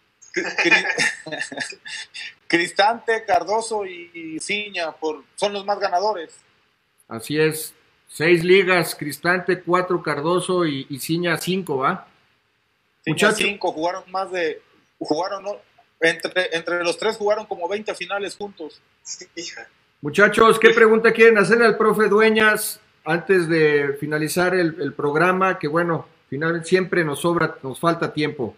Cristante, Cardoso y Ciña, por, son los más ganadores.
Así es, seis ligas, Cristante, cuatro, Cardoso y, y Ciña, cinco, ¿va?
Ciña, cinco, jugaron más de, jugaron, ¿no? entre, entre los tres jugaron como veinte finales juntos.
Muchachos, ¿qué pregunta quieren hacerle al profe Dueñas antes de finalizar el, el programa? Que bueno, finalmente siempre nos sobra, nos falta tiempo.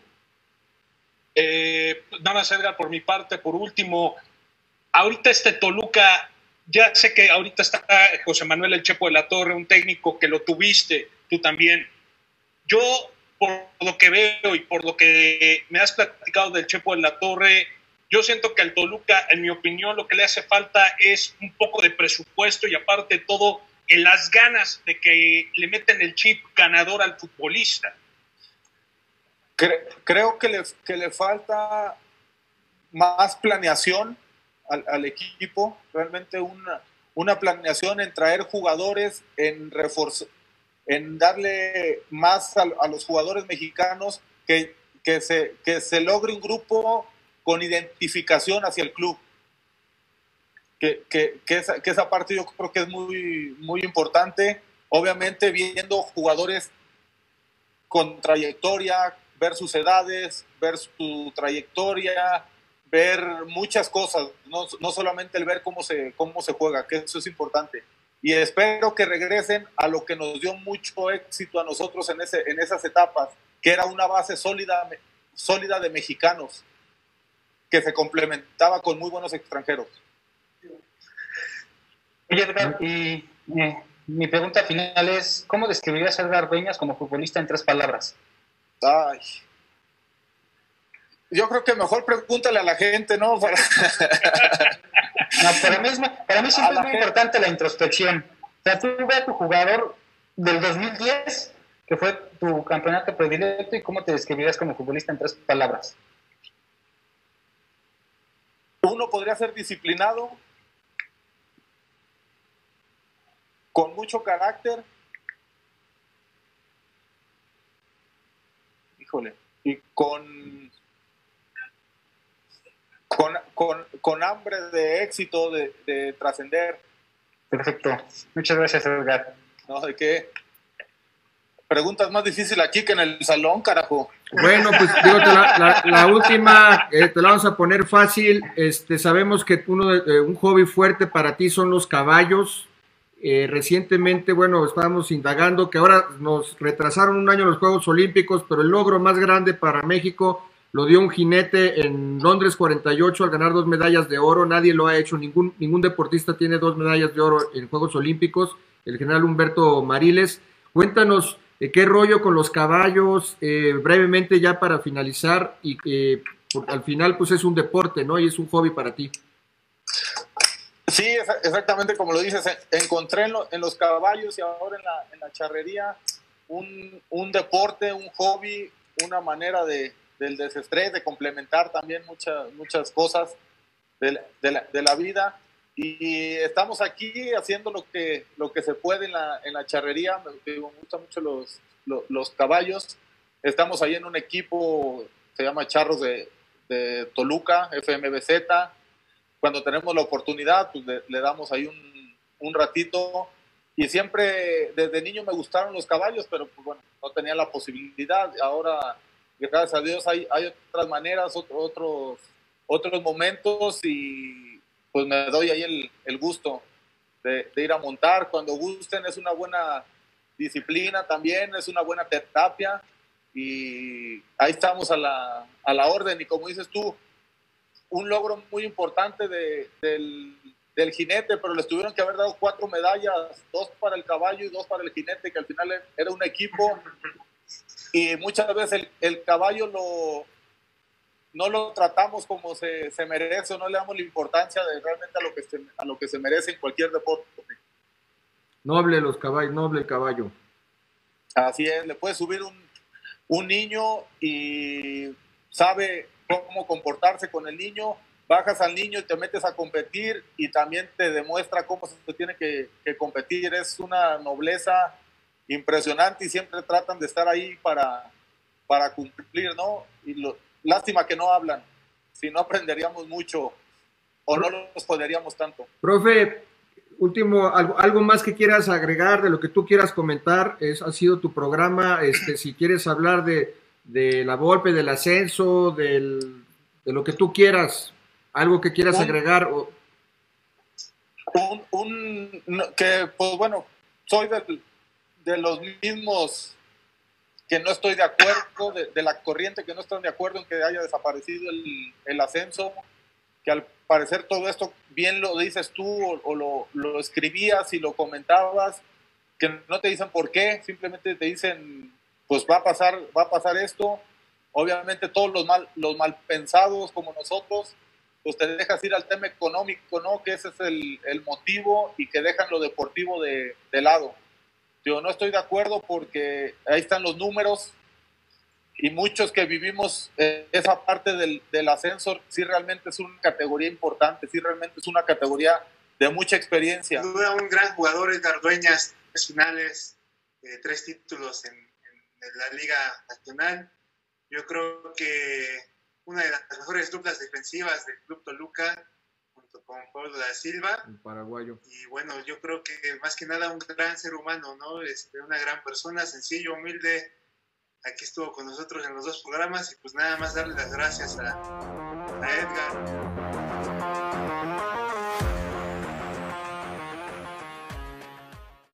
Eh, nada más, Edgar, por mi parte, por último, ahorita este Toluca, ya sé que ahorita está José Manuel El Chepo de la Torre, un técnico que lo tuviste, tú también. Yo, por lo que veo y por lo que me has platicado del Chepo de la Torre, yo siento que al Toluca, en mi opinión, lo que le hace falta es un poco de presupuesto y aparte de todo, en las ganas de que le meten el chip ganador al futbolista.
Creo que le, que le falta más planeación al, al equipo, realmente una, una planeación en traer jugadores, en reforzar, en darle más a, a los jugadores mexicanos, que, que, se, que se logre un grupo con identificación hacia el club. Que, que, que, esa, que esa parte yo creo que es muy, muy importante, obviamente viendo jugadores con trayectoria, ver sus edades, ver su trayectoria, ver muchas cosas, no, no solamente el ver cómo se, cómo se juega, que eso es importante. Y espero que regresen a lo que nos dio mucho éxito a nosotros en, ese, en esas etapas, que era una base sólida, sólida de mexicanos, que se complementaba con muy buenos extranjeros.
Oye, Edgar, y eh, mi pregunta final es, ¿cómo describirías a Edgar Dueñas como futbolista en tres palabras?
Ay, yo creo que mejor pregúntale a la gente, ¿no? Para,
no, para, mí, es, para mí siempre es muy gente. importante la introspección. O sea, tú ves a tu jugador del dos mil diez, que fue tu campeonato predilecto, y cómo te describirías como futbolista en tres palabras.
Uno podría ser disciplinado, con mucho carácter, híjole, y con, con, con, con hambre de éxito, de, de trascender.
Perfecto. Muchas gracias, Edgar.
No, ¿de qué? Preguntas más difíciles aquí que en el salón, carajo.
Bueno, pues digo, la, la, la última eh, te la vamos a poner fácil. Este, sabemos que uno de, eh, un hobby fuerte para ti son los caballos. Eh, recientemente, bueno, estábamos indagando que ahora nos retrasaron un año los Juegos Olímpicos, pero el logro más grande para México lo dio un jinete en Londres cuarenta y ocho al ganar dos medallas de oro. Nadie lo ha hecho, ningún, ningún deportista tiene dos medallas de oro en Juegos Olímpicos, el general Humberto Mariles. Cuéntanos eh, qué rollo con los caballos, eh, brevemente ya para finalizar, y eh, al final pues es un deporte, ¿no? Y es un hobby para ti.
Sí, exactamente como lo dices, encontré en, lo, en los caballos y ahora en la, en la charrería un, un deporte, un hobby, una manera de, del desestrés, de complementar también muchas, muchas cosas de, de, la, de la vida. Y estamos aquí haciendo lo que, lo que se puede en la, en la charrería. Me, me gustan mucho los, los, los caballos. Estamos ahí en un equipo, se llama Charros de, de Toluca, F M B Z. Cuando tenemos la oportunidad, pues le, le damos ahí un, un ratito. Y siempre, desde niño me gustaron los caballos, pero pues bueno, no tenía la posibilidad. Ahora, gracias a Dios, hay, hay otras maneras, otro, otros, otros momentos, y pues me doy ahí el, el gusto de, de ir a montar. Cuando gusten, es una buena disciplina también, es una buena terapia, y ahí estamos a la, a la orden. Y como dices tú, un logro muy importante de, del, del jinete, pero les tuvieron que haber dado cuatro medallas, dos para el caballo y dos para el jinete, que al final era un equipo, y muchas veces el, el caballo lo, no lo tratamos como se, se merece, o no le damos la importancia de realmente a lo que se, a lo que se merece en cualquier deporte.
Noble los caballos, noble el caballo.
Así es, le puedes subir un, un niño y sabe cómo comportarse con el niño, bajas al niño y te metes a competir, y también te demuestra cómo se tiene que, que competir. Es una nobleza impresionante y siempre tratan de estar ahí para, para cumplir, ¿no? Y lo, lástima que no hablan, si no aprenderíamos mucho o no los poderíamos tanto.
Profe, último, algo, algo más que quieras agregar de lo que tú quieras comentar. Es, ha sido tu programa, este, si quieres hablar de de la Volpe, del ascenso, del, de lo que tú quieras, algo que quieras un, agregar. O...
Un, un, que, pues bueno, soy de, de los mismos que no estoy de acuerdo, de, de la corriente que no están de acuerdo en que haya desaparecido el, el ascenso, que al parecer todo esto, bien lo dices tú, o, o lo, lo escribías y lo comentabas, que no te dicen por qué, simplemente te dicen, pues va a pasar, va a pasar esto. Obviamente todos los mal, los mal pensados como nosotros, pues te dejas ir al tema económico, ¿no? Que ese es el, el motivo, y que dejan lo deportivo de, de lado. Yo no estoy de acuerdo, porque ahí están los números, y muchos que vivimos eh, esa parte del, del ascenso, sí realmente es una categoría importante, sí realmente es una categoría de mucha experiencia.
Duda un gran jugador, Edgar Dueñas, tres finales, eh, tres títulos en de la Liga Nacional. Yo creo que una de las mejores duplas defensivas del Club Toluca, junto con Pablo da Silva,
el paraguayo.
Y bueno, yo creo que más que nada un gran ser humano, ¿no? Este, una gran persona, sencillo, humilde. Aquí estuvo con nosotros en los dos programas, y pues nada más darle las gracias a, a Edgar.